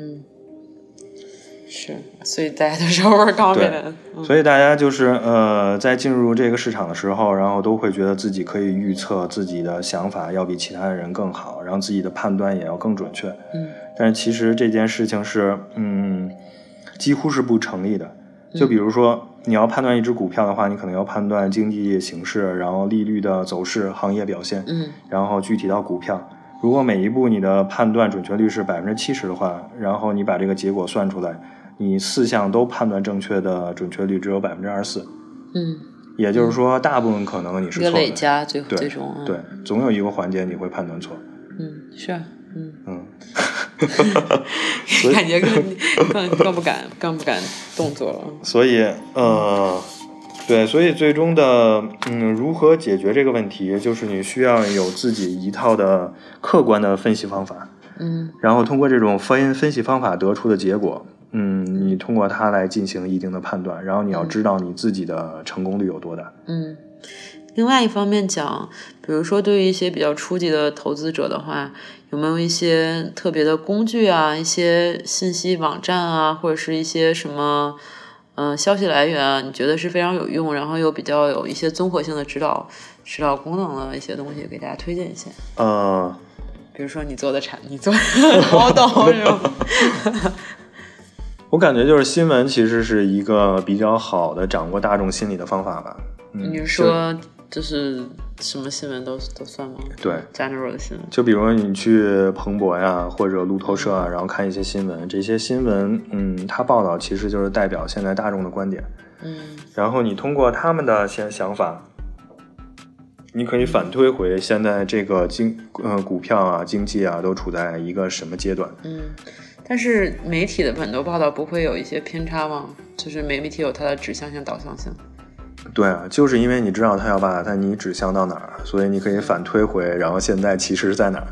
Speaker 2: 是，所以大家都是 overconfident。
Speaker 3: 所以大家就是在进入这个市场的时候，然后都会觉得自己可以预测自己的想法要比其他的人更好，然后自己的判断也要更准确。但是其实这件事情是几乎是不成立的。就比如说你要判断一只股票的话，你可能要判断经济形势，然后利率的走势、行业表现，然后具体到股票。如果每一步你的判断准确率是70%的话，然后你把这个结果算出来，你4项都判断正确的准确率只有24%。也就是说大部分可能你是错的。
Speaker 2: 一个累加最终
Speaker 3: 对，总有一个环节你会判断错。
Speaker 2: 是啊。感觉更不敢动作了。
Speaker 3: 所以对，所以最终的如何解决这个问题，就是你需要有自己一套的客观的分析方法。然后通过这种分析方法得出的结果，你通过它来进行一定的判断，然后你要知道你自己的成功率有多大。
Speaker 2: 另外一方面讲，比如说对于一些比较初级的投资者的话，有没有一些特别的工具啊，一些信息网站啊，或者是一些什么消息来源啊，你觉得是非常有用，然后又比较有一些综合性的指导功能的一些东西，给大家推荐一些。比如说你做的model 是吗？
Speaker 3: 我感觉就是新闻其实是一个比较好的掌握大众心理的方法吧。
Speaker 2: 你是说就是什么新闻都算吗？
Speaker 3: 对
Speaker 2: ，general 的新闻。
Speaker 3: 就比如你去彭博呀，或者路透社啊，然后看一些新闻，这些新闻，它报道其实就是代表现在大众的观点。然后你通过他们的想法，你可以反推回现在这个股票啊、经济啊都处在一个什么阶段。
Speaker 2: 但是媒体的很多报道不会有一些偏差吗？就是媒体有它的指向性、导向性。
Speaker 3: 对啊，就是因为你知道他要把你指向到哪儿，所以你可以反推回，然后现在其实在哪儿。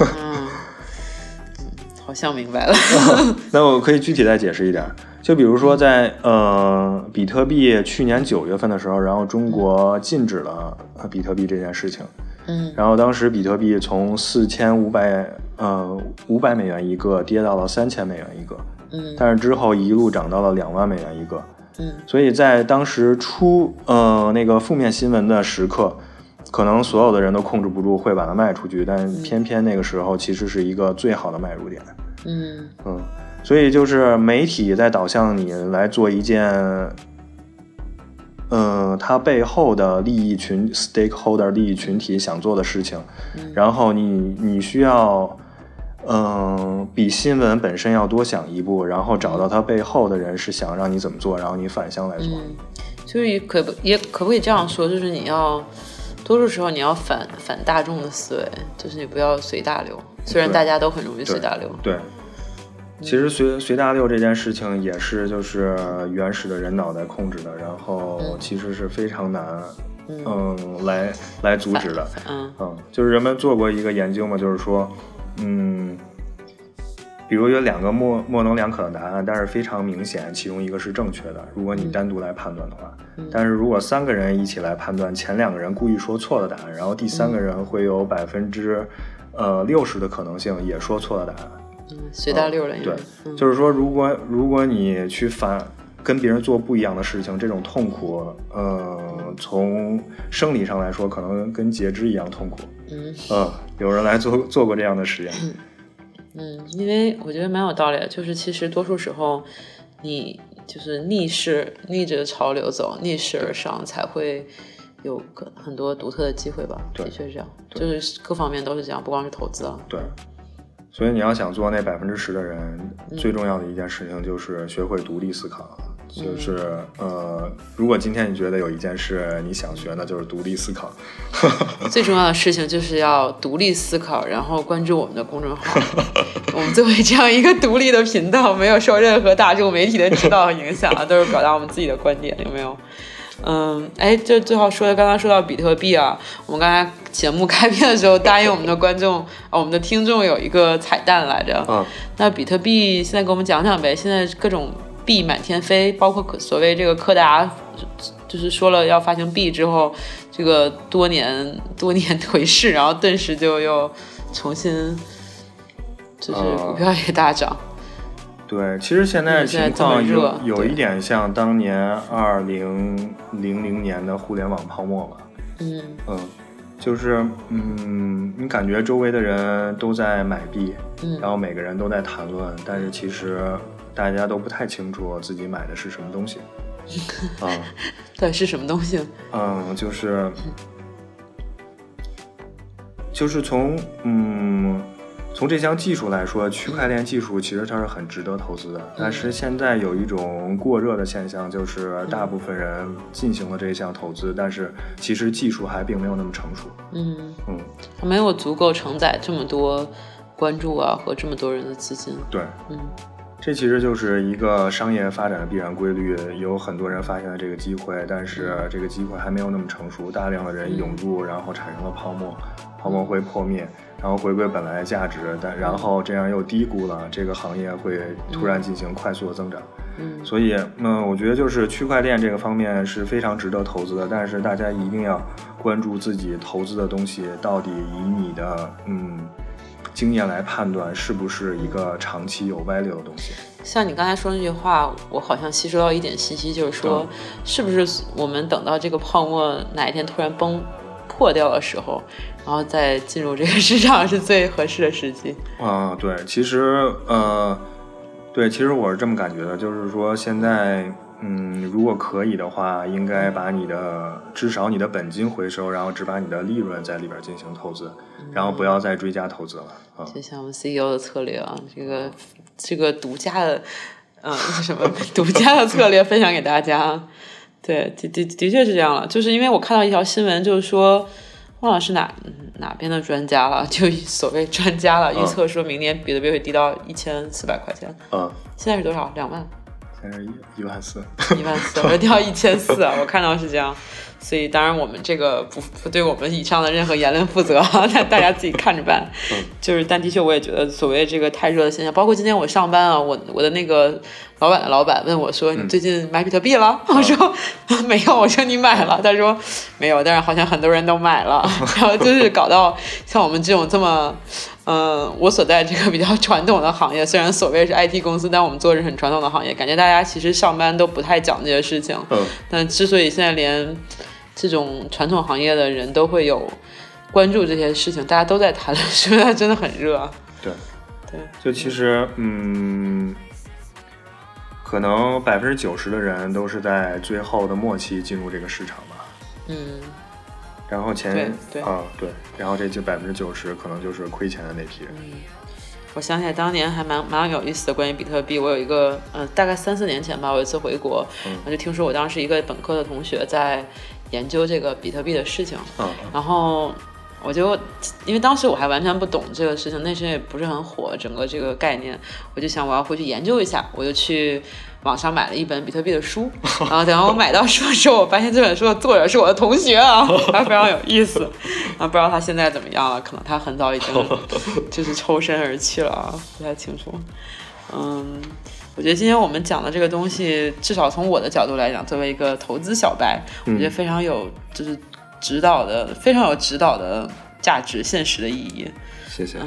Speaker 2: 好像明白了。
Speaker 3: 那我可以具体再解释一点，就比如说在比特币去年9月份的时候，然后中国禁止了比特币这件事情， 然后当时比特币从4500美元一个跌到了3000美元一个，但是之后一路涨到了2万美元一个，所以在当时出那个负面新闻的时刻，可能所有的人都控制不住会把它卖出去，但偏偏那个时候其实是一个最好的买入点。所以就是媒体在导向你来做一件它背后的利益群 stakeholder 利益群体想做的事情，然后你需要比新闻本身要多想一步，然后找到它背后的人是想让你怎么做，然后你反向来做。
Speaker 2: 就是可不可以这样说，就是你要多数时候你要反大众的思维，就是你不要随大流，虽然大家都很容易随大流。对，
Speaker 3: 其实随大流这件事情也是就是原始的人脑袋控制的，然后其实是非常难来阻止的。就是人们做过一个研究嘛，就是说比如有2个模棱两可的答案，但是非常明显其中一个是正确的，如果你单独来判断的话。但是如果3个人一起来判断，前2个人故意说错的答案，然后第3个人会有60%的可能性也说错了答案。
Speaker 2: 随大溜了。
Speaker 3: 对，就是说如果你去跟别人做不一样的事情，这种痛苦从生理上来说可能跟截肢一样痛苦。有人来做过这样的实验。
Speaker 2: 因为我觉得蛮有道理的，就是其实多数时候你就是逆着潮流走，逆势而上，才会有很多独特的机会吧。的确是这样，就是各方面都是这样，不光是投资了。
Speaker 3: 对，所以你要想做那10%的人，最重要的一件事情就是学会独立思考。就是如果今天你觉得有一件事你想学，那就是独立思考。
Speaker 2: 最重要的事情就是要独立思考，然后关注我们的公众号。我们作为这样一个独立的频道，没有受任何大众媒体的指导和影响啊，都是表达我们自己的观点，有没有？这最后刚刚说到比特币啊，我们刚才节目开篇的时候答应我们的观众我们的听众有一个彩蛋来着。那比特币现在给我们讲讲呗，现在各种币满天飞，包括所谓这个柯达就是说了要发行币之后，这个多年颓势，然后顿时就又重新就是股票也大涨。
Speaker 3: 对，其实现在情况有一点像当年2000年的互联网泡沫吧。就是你感觉周围的人都在买币，然后每个人都在谈论，但是其实大家都不太清楚自己买的是什么东西。
Speaker 2: 到底是什么东西？
Speaker 3: 就是从这项技术来说，区块链技术其实它是很值得投资的，但是现在有一种过热的现象，就是大部分人进行了这项投资，但是其实技术还并没有那么成熟。
Speaker 2: 它没有足够承载这么多关注啊和这么多人的资金。
Speaker 3: 对，这其实就是一个商业发展的必然规律，有很多人发现了这个机会，但是这个机会还没有那么成熟，大量的人涌入，然后产生了泡沫，泡沫会破灭，然后回归本来的价值，然后这样又低估了这个行业会突然进行快速的增长。所以我觉得就是区块链这个方面是非常值得投资的，但是大家一定要关注自己投资的东西到底以你的经验来判断是不是一个长期有 value 的东西。
Speaker 2: 像你刚才说那句话，我好像吸收到一点信息，就是说是不是我们等到这个泡沫哪一天突然破掉的时候，然后再进入这个市场是最合适的时机。
Speaker 3: 对，其实我是这么感觉的，就是说现在如果可以的话，应该把至少你的本金回收，然后只把你的利润在里边进行投资，然后不要再追加投资了。
Speaker 2: 就像我们 CEO 的策略啊，这个独家的独家的策略分享给大家。对，的确是这样了，就是因为我看到一条新闻，就是说忘了是哪边的专家了，就所谓专家了，预测说明年比特币会低到1400块钱。现在是多少？2万？
Speaker 3: 现在是14000。
Speaker 2: 14000，我掉到1400啊！我看到是这样，所以当然我们这个不对我们以上的任何言论负责，但大家自己看着办。但的确我也觉得所谓这个太热的现象，包括今天我上班啊，我的那个老板的老板问我说：“你最近买比特币了？”我说：“没有。”我说：“你买了？”他说：“没有，但是好像很多人都买了。”然后就是搞到像我们这种这么，我所在这个比较传统的行业，虽然所谓是 IT 公司，但我们做的是很传统的行业，感觉大家其实上班都不太讲这些事情。但之所以现在连这种传统行业的人都会有关注这些事情，大家都在谈，说明它真的很热。
Speaker 3: 对，就其实可能90%的人都是在最后的末期进入这个市场吧。然后对，然后这就90%可能就是亏钱的那批人。
Speaker 2: 我想起来当年还蛮有意思的，关于比特币，我有一个大概3-4年前吧，我有一次回国，我就听说我当时一个本科的同学在研究这个比特币的事情，然后我就因为当时我还完全不懂这个事情，那时也不是很火整个这个概念，我就想我要回去研究一下，我就去网上买了一本比特币的书，然后等我买到书的时候，我发现这本书的作者是我的同学啊，还非常有意思。不知道他现在怎么样了，可能他很早已经就是抽身而去了啊，不太清楚。我觉得今天我们讲的这个东西，至少从我的角度来讲，作为一个投资小白，我觉得非常有就是非常有指导的价值，现实的意义。
Speaker 3: 谢谢。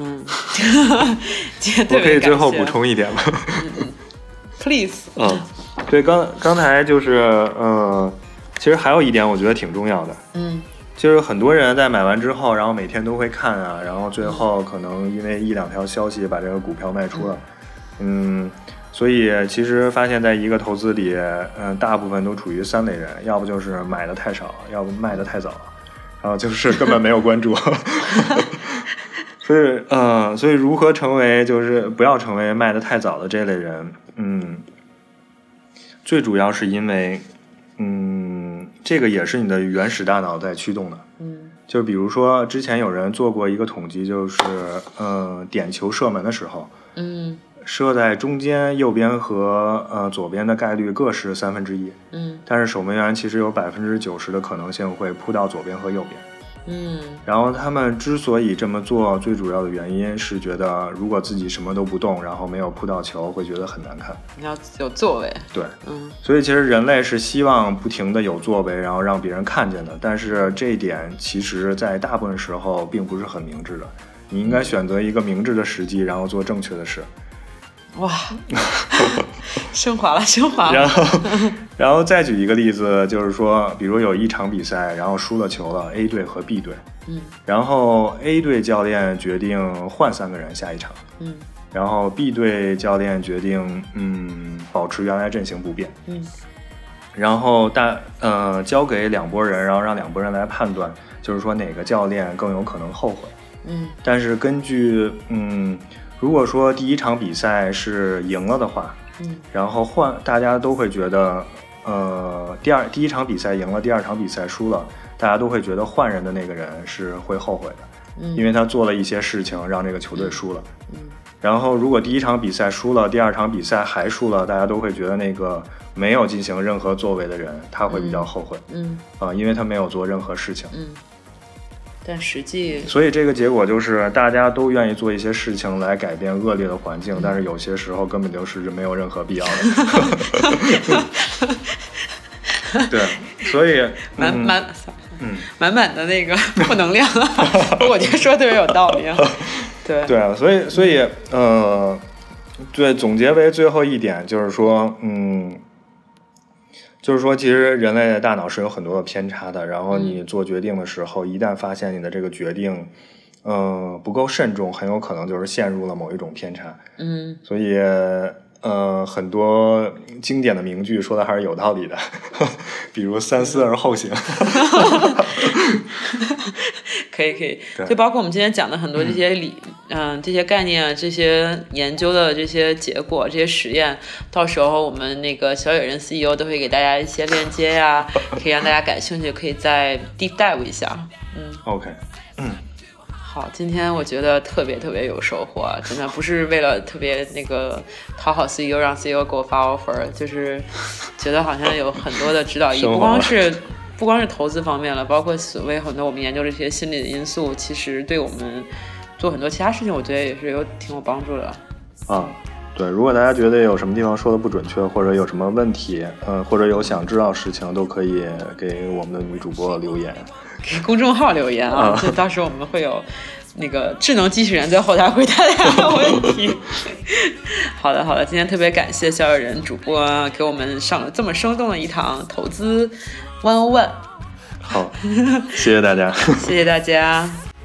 Speaker 2: 我
Speaker 3: 可以最后补充一点吗
Speaker 2: ？Please。
Speaker 3: 对，刚才就是其实还有一点我觉得挺重要的。就是很多人在买完之后，然后每天都会看啊，然后最后可能因为1-2条消息把这个股票卖出了。所以其实发现在一个投资里，大部分都处于3类人，要不就是买的太少，要不卖的太早，然后就是根本没有关注。所以如何成为就是不要成为卖的太早的这类人，最主要是因为这个也是你的原始大脑在驱动的。就比如说之前有人做过一个统计，就是点球射门的时候，射在中间右边和左边的概率各是1/3，但是守门员其实有90%的可能性会扑到左边和右边。然后他们之所以这么做，最主要的原因是觉得如果自己什么都不动，然后没有扑到球，会觉得很难看。
Speaker 2: 你要有作为。对，
Speaker 3: 所以其实人类是希望不停的有作为，然后让别人看见的。但是这一点其实在大部分时候并不是很明智的。你应该选择一个明智的时机，然后做正确的事。
Speaker 2: 哇，升华了。
Speaker 3: 然后再举一个例子，就是说，比如有一场比赛，然后输了球了 ，A 队和 B 队，然后 A 队教练决定换3个人下一场，然后 B 队教练决定保持原来阵型不变，然后交给2拨人，然后让2拨人来判断，就是说哪个教练更有可能后悔。但是根据如果说第一场比赛是赢了的话，然后大家都会觉得，第一场比赛赢了，第二场比赛输了，大家都会觉得换人的那个人是会后悔的，因为他做了一些事情让这个球队输了。然后如果第一场比赛输了，第二场比赛还输了，大家都会觉得那个没有进行任何作为的人，他会比较后悔，因为他没有做任何事情。
Speaker 2: 但实际，
Speaker 3: 所以这个结果就是大家都愿意做一些事情来改变恶劣的环境，但是有些时候根本就是没有任何必要的。对，所以
Speaker 2: 满满的那个负能量，我觉得说的特别有道理。对
Speaker 3: 啊，所以对，总结为最后一点就是说，其实人类的大脑是有很多的偏差的，然后你做决定的时候，一旦发现你的这个决定不够慎重，很有可能就是陷入了某一种偏差。所以很多经典的名句说的还是有道理的，比如三思而后行。
Speaker 2: 可以，就包括我们今天讲的很多这些这些概念啊，这些研究的这些结果，这些实验，到时候我们那个小野人 CEO 都会给大家一些链接呀，可以让大家感兴趣，可以再 deep dive 一下。
Speaker 3: OK，
Speaker 2: 好，今天我觉得特别有收获，真的不是为了特别那个讨好 CEO 让 CEO 给我发 offer， 就是觉得好像有很多的指导意义，不光是投资方面了，包括所谓很多我们研究这些心理的因素，其实对我们做很多其他事情，我觉得也是挺有帮助的。
Speaker 3: 对，如果大家觉得有什么地方说的不准确，或者有什么问题，或者有想知道事情，都可以给我们的女主播留言，
Speaker 2: 给公众号留言啊，就到时候我们会有那个智能机器人在后台回答大家的问题。好的，今天特别感谢小野人主播给我们上了这么生动的一堂投资101。
Speaker 3: 好，谢谢大家，
Speaker 2: 谢谢大家。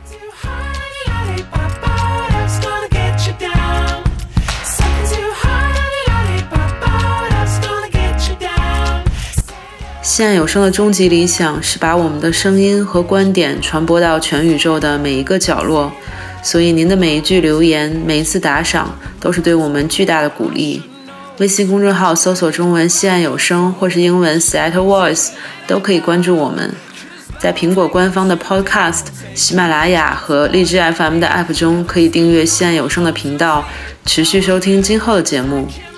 Speaker 2: 西岸有声的终极理想是把我们的声音和观点传播到全宇宙的每一个角落，所以您的每一句留言，每一次打赏都是对我们巨大的鼓励。微信公众号搜索中文西岸有声或是英文 Seattle Voice 都可以关注我们。在苹果官方的 Podcast、喜马拉雅和荔枝 FM 的 App 中可以订阅西岸有声的频道，持续收听今后的节目。